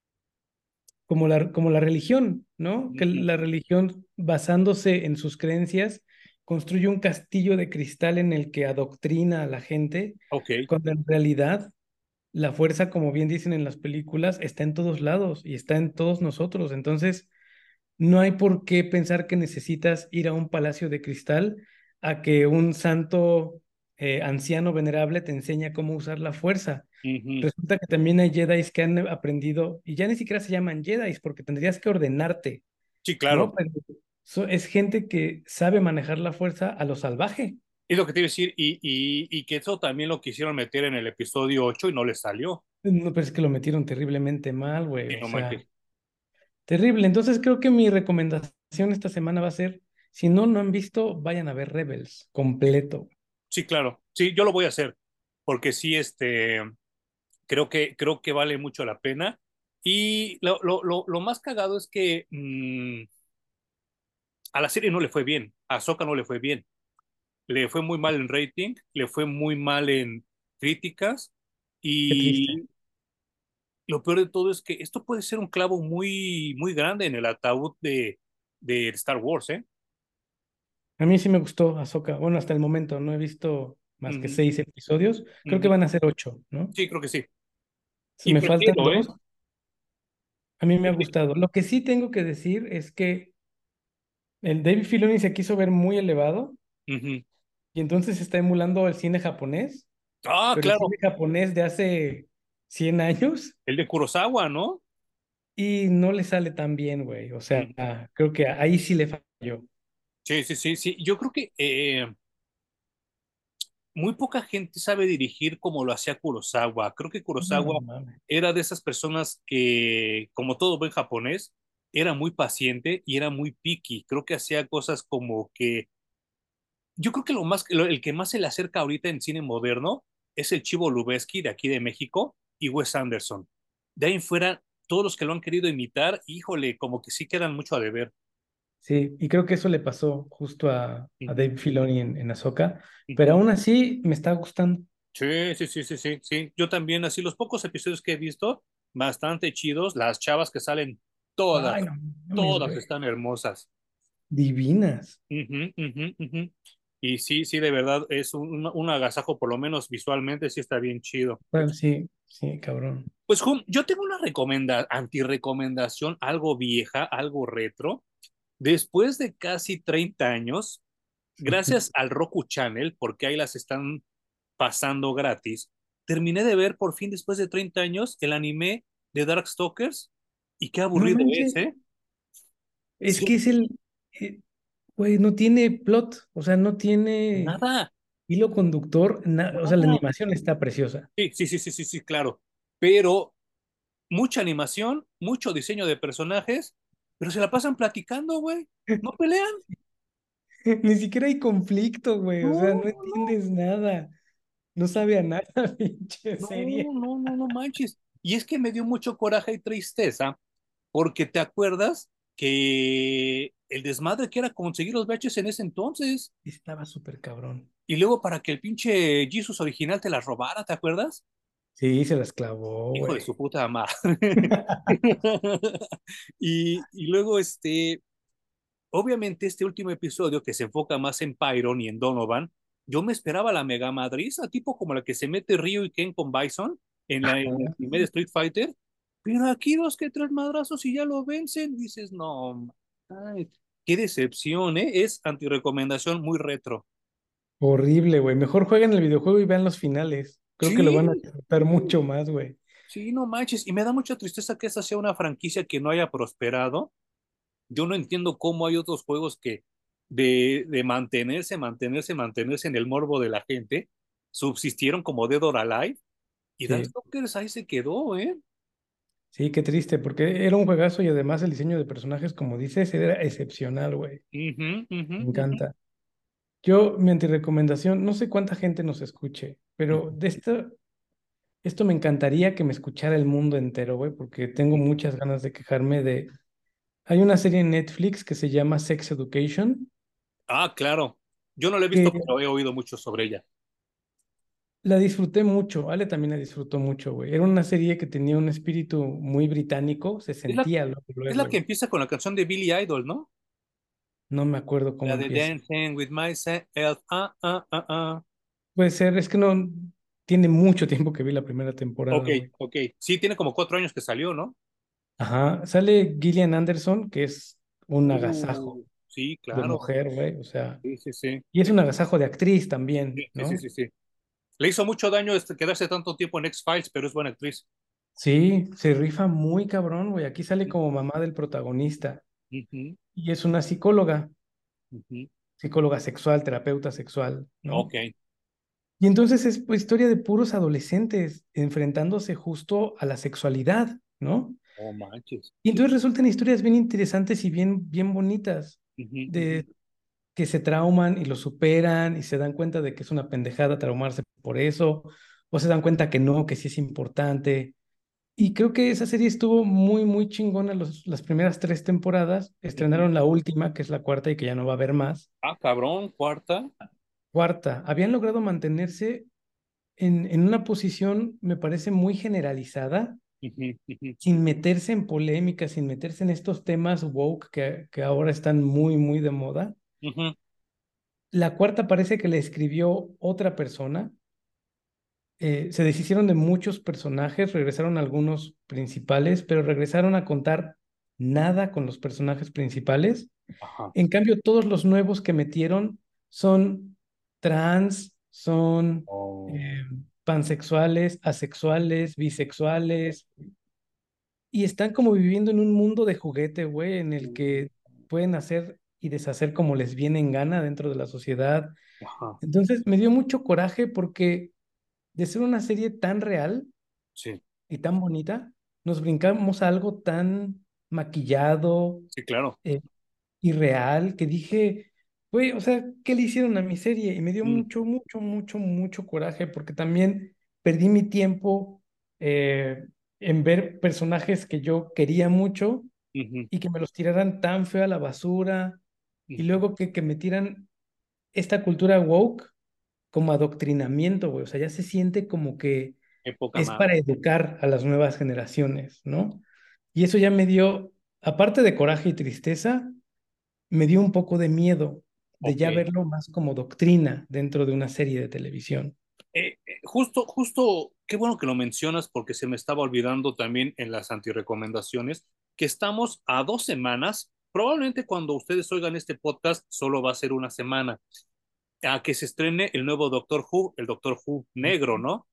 como la religión, ¿no? Que ujú, la religión, basándose en sus creencias, construye un castillo de cristal en el que adoctrina a la gente, ok. cuando en realidad la fuerza, como bien dicen en las películas, está en todos lados y está en todos nosotros. Entonces, no hay por qué pensar que necesitas ir a un palacio de cristal a que un santo anciano venerable te enseñe cómo usar la fuerza. Ujú. Resulta que también hay Jedis que han aprendido, y ya ni siquiera se llaman Jedis porque tendrías que ordenarte, Sí, ¿no? claro. Pero es gente que sabe manejar la fuerza a lo salvaje. Es lo que te iba a decir, y que eso también lo quisieron meter en el episodio 8 y no les salió. No, pero es que lo metieron terriblemente mal, güey. Sí, O no sea, manches. terrible. Entonces creo que mi recomendación esta semana va a ser, si no han visto, vayan a ver Rebels completo. Sí, claro. Sí, yo lo voy a hacer, porque sí, creo que vale mucho la pena. Y lo más cagado es que a la serie no le fue bien, a Ahsoka no le fue bien. Le fue muy mal en rating, le fue muy mal en críticas, Qué triste. y lo peor de todo es que esto puede ser un clavo muy, muy grande en el ataúd de Star Wars, ¿eh? A mí sí me gustó Ahsoka. Bueno, hasta el momento no he visto más que Ujú, 6 episodios. Creo que ujú. van a ser 8, ¿no? Sí, creo que sí. Y Me faltan prefiero, ¿eh? 2. A mí me ha gustado. Lo que sí tengo que decir es que el David Filoni se quiso ver muy elevado Ujú. y entonces está emulando el cine japonés, Ah, pero el claro, cine japonés de hace 100 años el de Kurosawa, ¿no? y no le sale tan bien, güey. O sea, Ujú. creo que ahí sí le falló. Sí, sí, sí, sí. Yo creo que muy poca gente sabe dirigir como lo hacía Kurosawa. Creo que No, Kurosawa no mames. era de esas personas que, como todo buen japonés, era muy paciente y era muy picky. Creo que hacía cosas como que, yo creo que el que más se le acerca ahorita en cine moderno es el Chivo Lubeski de aquí de México y Wes Anderson. De ahí en fuera, todos los que lo han querido imitar, híjole, como que sí quedan mucho a deber. Sí, y creo que eso le pasó justo a Ujú, Dave Filoni en Ahsoka, pero ujú. aún así me está gustando. Sí, sí, sí, sí, sí, sí. Yo también, así los pocos episodios que he visto, bastante chidos. Las chavas que salen, Ay, todas, no mames, todas güey. están hermosas. Divinas. Ujú, ujú, ujú. Y sí, sí, de verdad, es un agasajo, por lo menos visualmente, sí está bien chido. Bueno, sí, sí, cabrón. Pues, Jun, yo tengo una anti-recomendación, algo vieja, algo retro. Después de casi 30 años, gracias al Roku Channel, porque ahí las están pasando gratis, terminé de ver por fin después de 30 años el anime de Darkstalkers, y qué No aburrido es, manches, ¿eh? es Sí, que eh, güey, no tiene plot, o sea, no tiene nada, hilo conductor, o sea, la nada. animación está preciosa. Sí, sí, sí, sí, sí, sí, claro. Pero mucha animación, mucho diseño de personajes, pero se la pasan platicando, güey. No pelean. Ni siquiera hay conflicto, güey, o sea, No, no no, entiendes nada, no sabe a nada, pinche no, serie. no, no, no manches. Y es que me dio mucho coraje y tristeza, porque te acuerdas que el desmadre que era conseguir los VHS en ese entonces. Estaba súper cabrón. Y luego para que el pinche Jesus original te las robara, ¿te acuerdas? Sí, se las clavó, Hijo de su güey. puta madre. Y luego, obviamente, este último episodio que se enfoca más en Pyron y en Donovan, yo me esperaba la mega madriza, tipo como la que se mete Ryu y Ken con Bison en el primer Street Fighter. Pero aquí dos que tres madrazos y ya lo vencen. Dices, no, ay, qué decepción, ¿eh? Es antirecomendación muy retro. Horrible, güey. Mejor jueguen el videojuego y vean los finales. Creo que lo van a Sí, disfrutar mucho más, güey. sí, no manches. Y me da mucha tristeza que esta sea una franquicia que no haya prosperado. Yo no entiendo cómo hay otros juegos que de mantenerse en el morbo de la gente, subsistieron como Dead or Alive y Sí, Darkstalkers ahí se quedó, ¿eh? sí, qué triste, porque era un juegazo y además el diseño de personajes, como dices, era excepcional, güey. Ujú, ujú, Me ujú, encanta. Yo, mi antirecomendación, no sé cuánta gente nos escuche, pero ujú, esto me encantaría que me escuchara el mundo entero, güey, porque tengo ujú. muchas ganas de quejarme de... Hay una serie en Netflix que se llama Sex Education, Ah, claro. Yo no la he que visto, pero he oído mucho sobre ella. la disfruté mucho. Ale también la disfrutó mucho, güey. Era una serie que tenía un espíritu muy británico, se Es la, sentía luego, es luego, la que güey. empieza con la canción de Billy Idol, ¿no? No me acuerdo cómo La de empieza. Dancing with Myself. Ah. Puede ser, es que no tiene mucho tiempo que vi la primera Ok, temporada, güey. ok. Sí, tiene como 4 años que salió, ¿no? Ajá, sale Gillian Anderson, que es un agasajo Sí, de claro. mujer, güey, o sea, Sí, sí, sí. y es un agasajo de actriz también, Sí, sí, sí, ¿no? sí, sí. Le hizo mucho daño quedarse tanto tiempo en X-Files, pero es buena actriz. Sí, se rifa muy cabrón, güey. Aquí sale como mamá del protagonista Ujú, y es una psicóloga, ujú. psicóloga sexual, terapeuta sexual, ¿no? Ok. Y entonces es pues, historia de puros adolescentes enfrentándose justo a la sexualidad, ¿no? Oh, manches. Y entonces resultan historias bien interesantes y bien, bien bonitas, Ujú, ujú. de que se trauman y lo superan y se dan cuenta de que es una pendejada traumarse por eso, o se dan cuenta que no, que sí es importante. Y creo que esa serie estuvo muy, muy chingona las primeras tres temporadas. Ujú. Estrenaron la última, que es la cuarta y que ya no va a haber más. Ah, cabrón, cuarta. Cuarta, habían logrado mantenerse en una posición, me parece, muy generalizada, Ujú, ujú, sin meterse en polémica, sin meterse en estos temas woke que ahora están muy, muy de moda. ujú, La cuarta parece que la escribió otra persona. Se deshicieron de muchos personajes, regresaron algunos principales, pero regresaron a contar nada con los personajes principales. ajá. En cambio, todos los nuevos que metieron son trans, son Oh, eh, pansexuales, asexuales, bisexuales, y están como viviendo en un mundo de juguete, güey, en el mm, que pueden hacer y deshacer como les viene en gana dentro de la sociedad. ajá. Entonces, me dio mucho coraje porque de ser una serie tan real Sí, y tan bonita, nos brincamos a algo tan maquillado, sí, claro. eh, irreal, que dije, güey, o sea, ¿qué le hicieron a mi serie? Y me dio Mm, mucho, mucho, mucho, mucho coraje porque también perdí mi tiempo en ver personajes que yo quería mucho ujú, y que me los tiraran tan feo a la basura y ujú. luego que me tiran esta cultura woke como adoctrinamiento, güey. O sea, ya se siente como que Qué poca es madre. para educar a las nuevas generaciones, ¿no? Y eso ya me dio, aparte de coraje y tristeza, me dio un poco de miedo de Ok. ya verlo más como doctrina dentro de una serie de televisión. Justo, qué bueno que lo mencionas porque se me estaba olvidando también en las antirecomendaciones que estamos a 2 semanas, probablemente cuando ustedes oigan este podcast solo va a ser una semana, a que se estrene el nuevo Doctor Who, el Doctor Who negro, ¿no?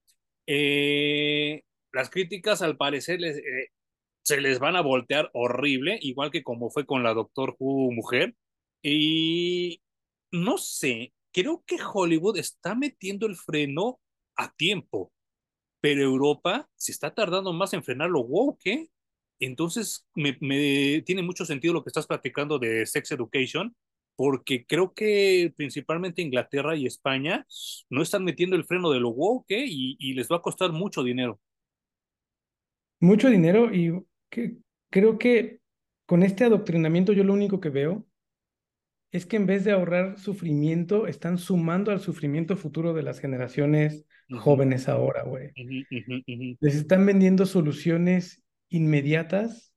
Las críticas al parecer se les van a voltear horrible, igual que como fue con la Doctor Who mujer. Y no sé, creo que Hollywood está metiendo el freno a tiempo, pero Europa se está tardando más en frenar lo woke, ¿eh? Entonces, tiene mucho sentido lo que estás platicando de Sex Education, porque creo que principalmente Inglaterra y España no están metiendo el freno de lo woke, ¿eh? Y les va a costar mucho dinero. Mucho dinero y creo que con este adoctrinamiento yo lo único que veo es que en vez de ahorrar sufrimiento, están sumando al sufrimiento futuro de las generaciones Ujú, jóvenes ahora, güey. ujú, ujú, ujú. Les están vendiendo soluciones inmediatas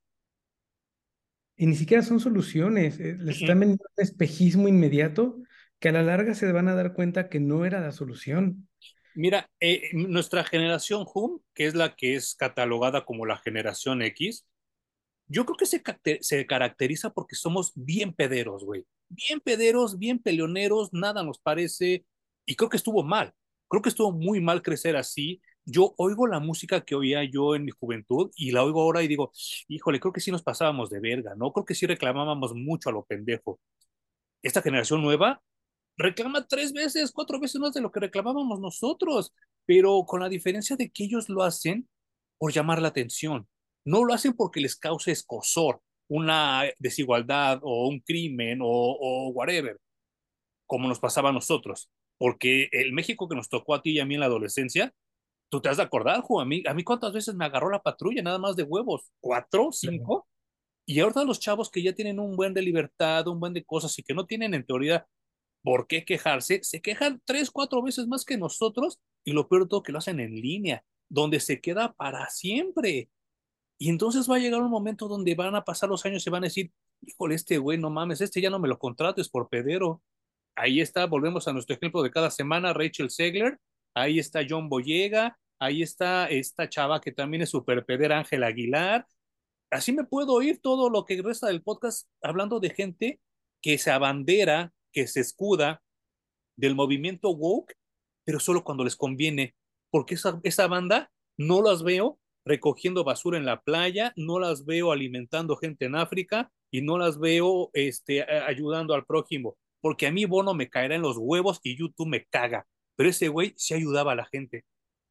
y ni siquiera son soluciones. Les Ujú. están vendiendo un espejismo inmediato que a la larga se van a dar cuenta que no era la solución. Mira, nuestra generación Hum, que es la que es catalogada como la generación X, yo creo que se caracteriza porque somos bien pederos, güey. Bien pederos, bien peleoneros, nada nos parece. Y creo que estuvo mal. Creo que estuvo muy mal crecer así. Yo oigo la música que oía yo en mi juventud y la oigo ahora y digo, híjole, creo que sí nos pasábamos de verga, ¿no? Creo que sí reclamábamos mucho a lo pendejo. Esta generación nueva reclama 3 veces, 4 veces más de lo que reclamábamos nosotros, pero con la diferencia de que ellos lo hacen por llamar la atención. No lo hacen porque les cause escozor, una desigualdad o un crimen o whatever, como nos pasaba a nosotros. Porque el México que nos tocó a ti y a mí en la adolescencia, tú te has de acordar, Ju, a mí cuántas veces me agarró la patrulla, nada más de huevos, ¿4, Claro. 5? Y ahora los chavos que ya tienen un buen de libertad, un buen de cosas y que no tienen en teoría por qué quejarse, se quejan 3, 4 veces más que nosotros y lo peor de todo que lo hacen en línea, donde se queda para siempre. Y entonces va a llegar un momento donde van a pasar los años y van a decir, híjole, este güey, no mames, este ya no me lo contrates por pedero. Ahí está, volvemos a nuestro ejemplo de cada semana, Rachel Zegler, ahí está John Boyega, ahí está esta chava que también es súper pedera, Ángela Aguilar. Así me puedo oír todo lo que resta del podcast hablando de gente que se abandera, que se escuda del movimiento woke, pero solo cuando les conviene, porque esa banda no las veo recogiendo basura en la playa, no las veo alimentando gente en África y no las veo ayudando al prójimo, porque a mí Bono me caerá en los huevos y YouTube me caga, pero ese güey sí ayudaba a la gente.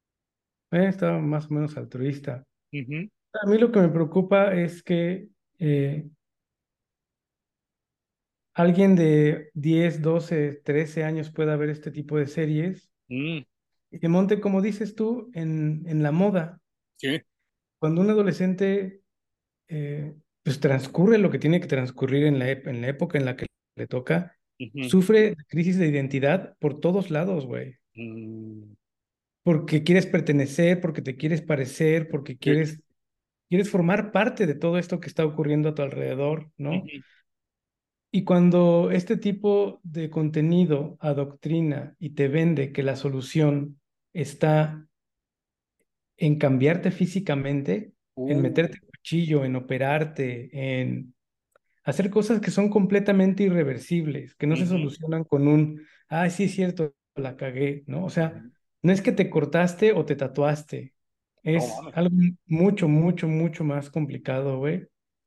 Estaba más o menos altruista. Ujú. A mí lo que me preocupa es que eh, alguien de 10, 12, 13 años pueda ver este tipo de series Mm, y que monte, como dices tú, en la moda. sí. Cuando un adolescente pues transcurre lo que tiene que transcurrir en la época en la que le toca, Ujú. sufre crisis de identidad por todos lados, güey. Mm, Porque quieres pertenecer, porque te quieres parecer, porque sí. quieres formar parte de todo esto que está ocurriendo a tu alrededor, ¿no? Ujú, Y cuando este tipo de contenido adoctrina y te vende que la solución está en cambiarte físicamente, en uh, meterte cuchillo, en operarte, en hacer cosas que son completamente irreversibles, que no se ujú, solucionan con un, ah, sí es cierto, la cagué, ¿no? O sea, ujú. no es que te cortaste o te tatuaste, No es mames. algo mucho, mucho, mucho más complicado, güey.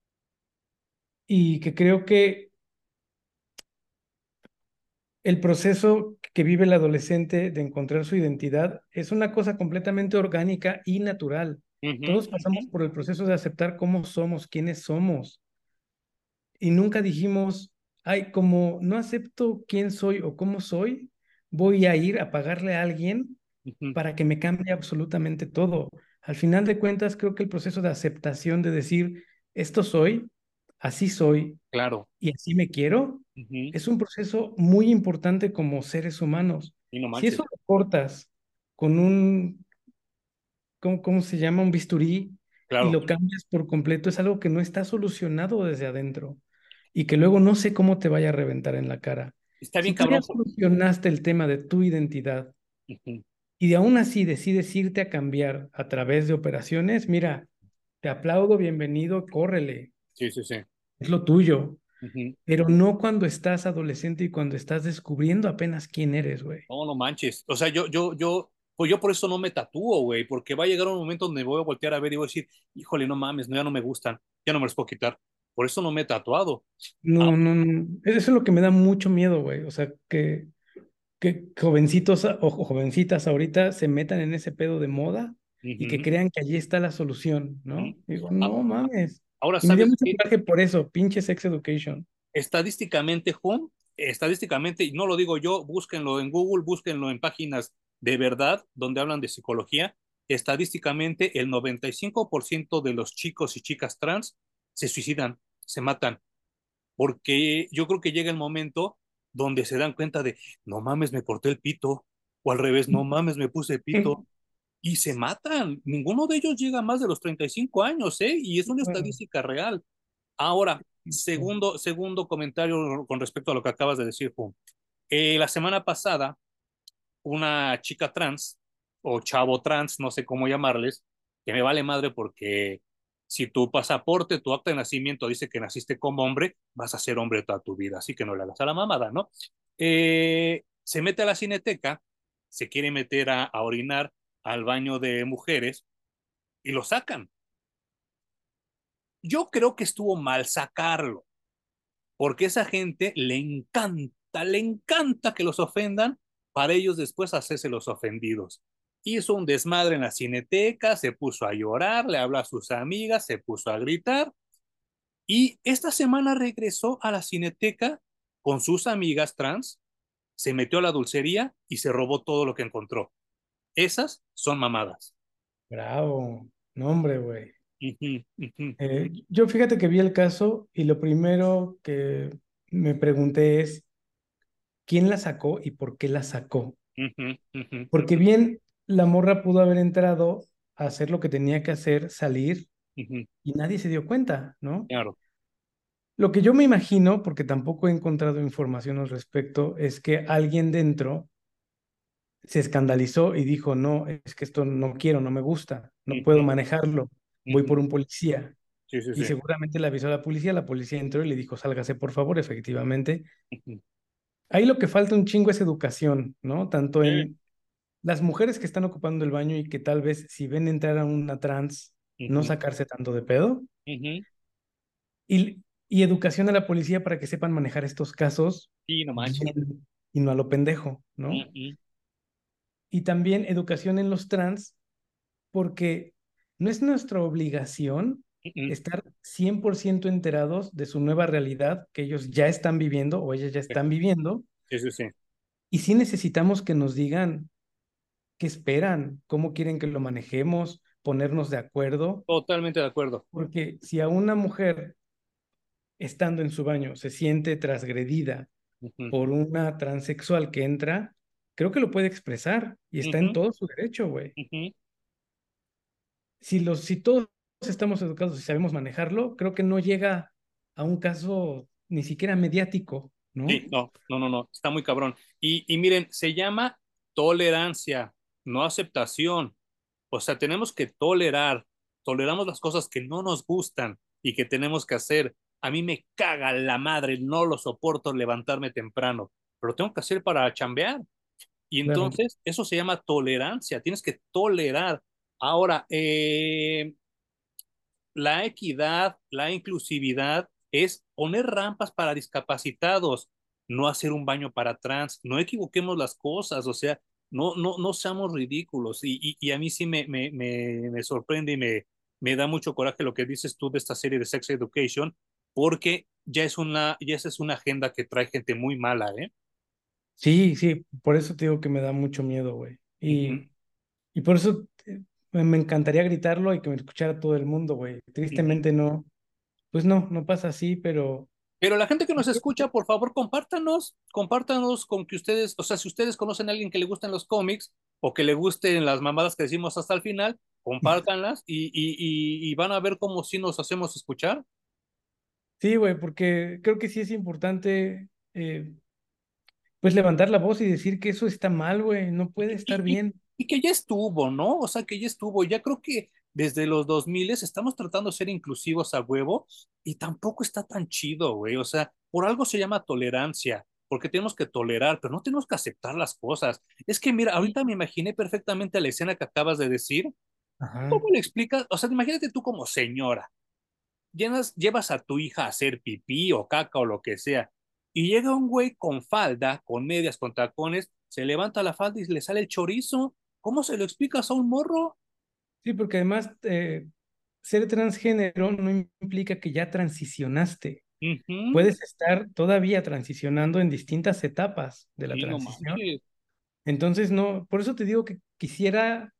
Y que creo que el proceso que vive el adolescente de encontrar su identidad es una cosa completamente orgánica y natural. Ujú, Todos ujú, pasamos por el proceso de aceptar cómo somos, quiénes somos. Y nunca dijimos, ay, como no acepto quién soy o cómo soy, voy a ir a pagarle a alguien ujú. para que me cambie absolutamente todo. Al final de cuentas, creo que el proceso de aceptación de decir, esto soy, así soy Claro. y así me quiero, Ujú. es un proceso muy importante como seres humanos. Y no Si eso manches. lo cortas con un, ¿cómo se llama? Un bisturí y Claro. lo cambias por completo, es algo que no está solucionado desde adentro y que luego no sé cómo te vaya a reventar en la cara. Está Si bien tú ya cabrón. solucionaste el tema de tu identidad Ujú. y de aún así decides irte a cambiar a través de operaciones, mira, te aplaudo, bienvenido, córrele, Sí, sí, sí. es lo tuyo, Ujú. pero no cuando estás adolescente y cuando estás descubriendo apenas quién eres, güey. No, no manches. O sea, pues yo por eso no me tatúo, güey, porque va a llegar un momento donde voy a voltear a ver y voy a decir, híjole, no mames, no, ya no me gustan, ya no me los puedo quitar. Por eso no me he tatuado. Ah, No, no, no. Eso es lo que me da mucho miedo, güey. O sea, que jovencitos o jovencitas ahorita se metan en ese pedo de moda y que ujú, crean que allí está la solución, ujú. ¿no? Digo, Ah, no mames. ahora, Y me dio ¿sabes mucho qué? coraje por eso, pinche Sex Education. Estadísticamente, Home, estadísticamente, y no lo digo yo, búsquenlo en Google, búsquenlo en páginas de verdad donde hablan de psicología. Estadísticamente, el 95% de los chicos y chicas trans se suicidan. se matan, porque yo creo que llega el momento donde se dan cuenta de, no mames, me corté el pito, o al revés, no mames, me puse pito, y se matan. Ninguno de ellos llega a más de los 35 años, ¿eh? Y es una Bueno, estadística real. Ahora, segundo comentario con respecto a lo que acabas de decir, Ju. La semana pasada, una chica trans, o chavo trans, no sé cómo llamarles, que me vale madre porque si tu pasaporte, tu acta de nacimiento dice que naciste como hombre, vas a ser hombre toda tu vida, así que no le hagas a la mamada, ¿no? Se mete a la cineteca, se quiere meter a orinar al baño de mujeres y lo sacan. Yo creo que estuvo mal sacarlo, porque a esa gente le encanta que los ofendan para ellos después hacerse los ofendidos. Hizo un desmadre en la cineteca, se puso a llorar, le habló a sus amigas, se puso a gritar y esta semana regresó a la cineteca con sus amigas trans, se metió a la dulcería y se robó todo lo que encontró. Esas son mamadas. bravo. No, hombre, güey. Ujú, ujú, Yo fíjate que vi el caso y lo primero que me pregunté es, ¿quién la sacó y por qué la sacó? ujú, ujú, Porque bien, la morra pudo haber entrado a hacer lo que tenía que hacer, salir, ujú, y nadie se dio cuenta, ¿no? claro. Lo que yo me imagino, porque tampoco he encontrado información al respecto, es que alguien dentro se escandalizó y dijo, no, es que esto no quiero, no me gusta, no puedo Ujú, manejarlo, voy ujú. por un policía. Sí, sí, Y sí. seguramente le avisó a la policía entró y le dijo, sálgase por favor, efectivamente. Ujú. Ahí lo que falta un chingo es educación, ¿no? Tanto Sí. en las mujeres que están ocupando el baño y que tal vez si ven entrar a una trans, no Ujú, sacarse tanto de pedo. ujú. Y educación a la policía para que sepan manejar estos casos Sí, no manches. bien y no a lo pendejo, ¿no? Ujú, Y también educación en los trans, porque no es nuestra obligación ujú. estar 100% enterados de su nueva realidad que ellos ya están viviendo o ellas ya están viviendo. Sí, sí, sí. Y sí necesitamos que nos digan qué esperan, cómo quieren que lo manejemos, ponernos de acuerdo, Totalmente de acuerdo. porque si a una mujer estando en su baño se siente transgredida Ujú, por una transexual que entra, creo que lo puede expresar y está en ujú, todo su derecho, güey. ujú. Si todos estamos educados y sabemos manejarlo, creo que no llega a un caso ni siquiera mediático, ¿no? Sí, no, no, no, no. Está muy cabrón. Y miren, se llama tolerancia, no aceptación. O sea, tenemos que tolerar. Toleramos las cosas que no nos gustan y que tenemos que hacer. A mí me caga la madre, no lo soporto levantarme temprano, pero tengo que hacer para chambear. Y Claro. entonces eso se llama tolerancia, tienes que tolerar. Ahora, la equidad, la inclusividad es poner rampas para discapacitados, no hacer un baño para trans, no equivoquemos las cosas, o sea, no seamos ridículos. Y a mí sí me sorprende y me da mucho coraje lo que dices tú de esta serie de Sex Education, porque ya esa es una agenda que trae gente muy mala, ¿eh? Sí, sí, por eso te digo que me da mucho miedo, güey. Ujú, Y por eso me encantaría gritarlo y que me escuchara todo el mundo, güey. ujú. Tristemente no, pues no, no pasa así, pero Pero la gente que nos escucha, por favor, compártanos con que ustedes, o sea, si ustedes conocen a alguien que le gusten los cómics o que le gusten las mamadas que decimos hasta el final, compártanlas y van a ver cómo sí nos hacemos escuchar. sí, güey, porque creo que sí es importante, pues levantar la voz y decir que eso está mal, güey, no Y puede que, estar bien. y que ya estuvo, ¿no? O sea, que ya estuvo. Ya creo que desde los 2000 estamos tratando de ser inclusivos a huevo y tampoco está tan chido, güey. O sea, por algo se llama tolerancia, porque tenemos que tolerar, pero no tenemos que aceptar las cosas. Es que, mira, Sí. ahorita me imaginé perfectamente la escena que acabas de decir. Ajá. ¿Cómo le explicas? O sea, imagínate tú como señora, llevas a tu hija a hacer pipí o caca o lo que sea, y llega un güey con falda, con medias, con tacones, se levanta la falda y le sale el chorizo. ¿Cómo se lo explicas a un morro? Sí, porque además ser transgénero no implica que ya transicionaste. Ujú. Puedes estar todavía transicionando en distintas etapas de la Sí, no transición. manches. Entonces, no, por eso te digo que quisiera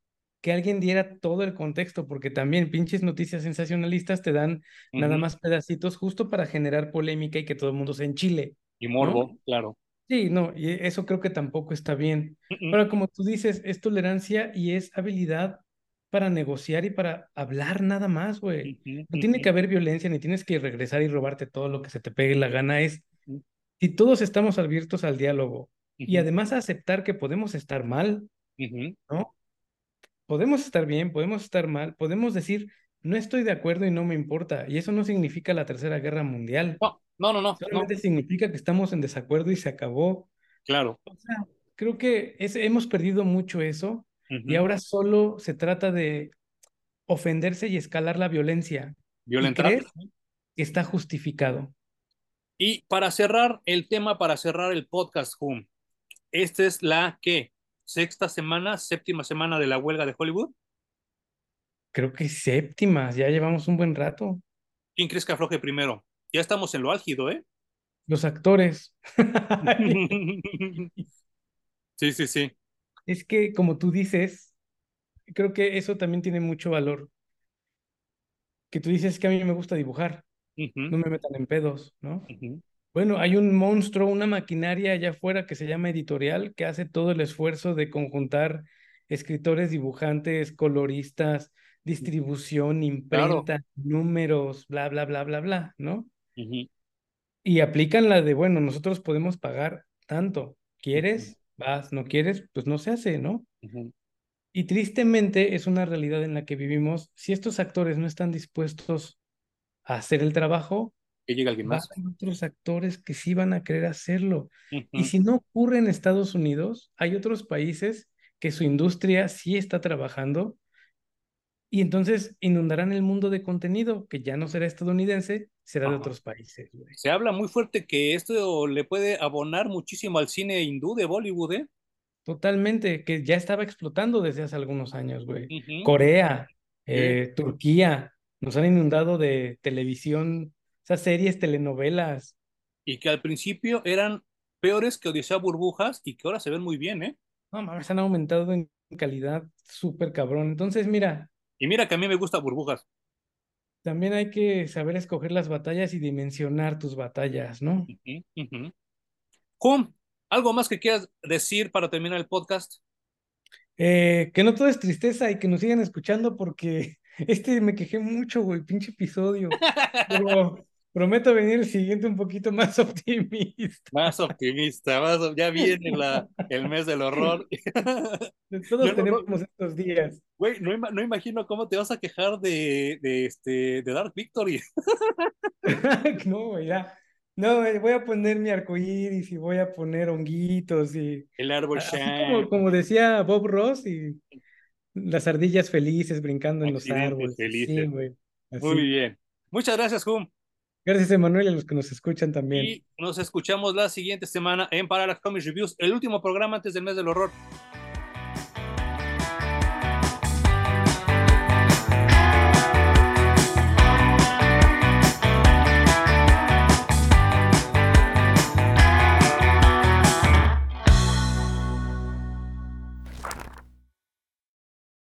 que alguien diera todo el contexto, porque también pinches noticias sensacionalistas te dan nada Ujú. más pedacitos justo para generar polémica y que todo el mundo se enchile, Y ¿no? morbo, claro. Sí, no, y eso creo que tampoco está bien. Mm, Ahora, como tú dices, es tolerancia y es habilidad para negociar y para hablar nada más, güey. ujú, No tiene ujú, que haber violencia, ni tienes que regresar y robarte todo lo que se te pegue la gana. Es, ujú, si todos estamos abiertos al diálogo y ujú, además a aceptar que podemos estar mal, ujú. ¿no? Podemos estar bien, podemos estar mal, podemos decir, no estoy de acuerdo y no me importa. Y eso no significa la Tercera Guerra Mundial. No, no, no, no, no, Solamente significa que estamos en desacuerdo y se acabó. claro. O sea, creo que hemos perdido mucho eso y Ujú. ahora solo se trata de ofenderse y escalar la violencia y Violentar. creer que está justificado. Y para cerrar el tema, para cerrar el podcast, Hum, esta es la ¿qué? Sexta semana, séptima semana de la huelga de Hollywood. Creo que séptimas, ya llevamos un buen rato. ¿Quién crees que afloje primero? Ya estamos en lo álgido, ¿eh? Los actores. Sí, sí, sí. Es que, como tú dices, creo que eso también tiene mucho valor. Que tú dices que a mí me gusta dibujar, Ujú, no me metan en pedos, ¿no? ujú, Bueno, hay un monstruo, una maquinaria allá afuera que se llama editorial, que hace todo el esfuerzo de conjuntar escritores, dibujantes, coloristas, distribución, claro. imprenta, números, bla, bla, bla, bla, bla, ¿no? Ujú, Y aplican la de, bueno, nosotros podemos pagar tanto. ujú, ¿Quieres? Vas, no quieres, pues no se hace, ¿no? ujú. Y tristemente es una realidad en la que vivimos. Si estos actores no están dispuestos a hacer el trabajo, Que llega alguien va a más. haber otros actores que sí van a querer hacerlo. Y Ujú. si no ocurre en Estados Unidos, hay otros países que su industria sí está trabajando y entonces inundarán el mundo de contenido que ya no será estadounidense, será de Ajá. otros países, güey. Se habla muy fuerte que esto le puede abonar muchísimo al cine hindú de Bollywood, ¿eh? Totalmente, que ya estaba explotando desde hace algunos años, güey. Ujú, Corea, sí. Turquía, nos han inundado de televisión, o sea, series, telenovelas. Y que al principio eran peores que Odisea Burbujas y que ahora se ven muy bien, ¿eh? No, mames, han aumentado en calidad súper cabrón. Entonces, mira, Y mira que a mí me gusta Burbujas. también hay que saber escoger las batallas y dimensionar tus batallas, ¿no? Ujú, ujú. Jum, ¿algo más que quieras decir para terminar el podcast? Que no todo es tristeza y que nos sigan escuchando porque me quejé mucho, güey, pinche episodio. Pero prometo venir el siguiente un poquito más optimista. Más optimista, ya viene el mes del horror. Yo Todos no, tenemos no, estos días. güey, no imagino cómo te vas a quejar de Dark Victory. No, güey, ya. No, güey, voy a poner mi arcoíris y voy a poner honguitos y El árbol así Shine, como decía Bob Ross y las ardillas felices brincando en los accidentes árboles. Sí, felices. güey, Muy así. bien. Muchas gracias, Hum. Gracias, Emanuel, y a los que nos escuchan también. Y nos escuchamos la siguiente semana en Parallax Comics Reviews, el último programa antes del mes del horror.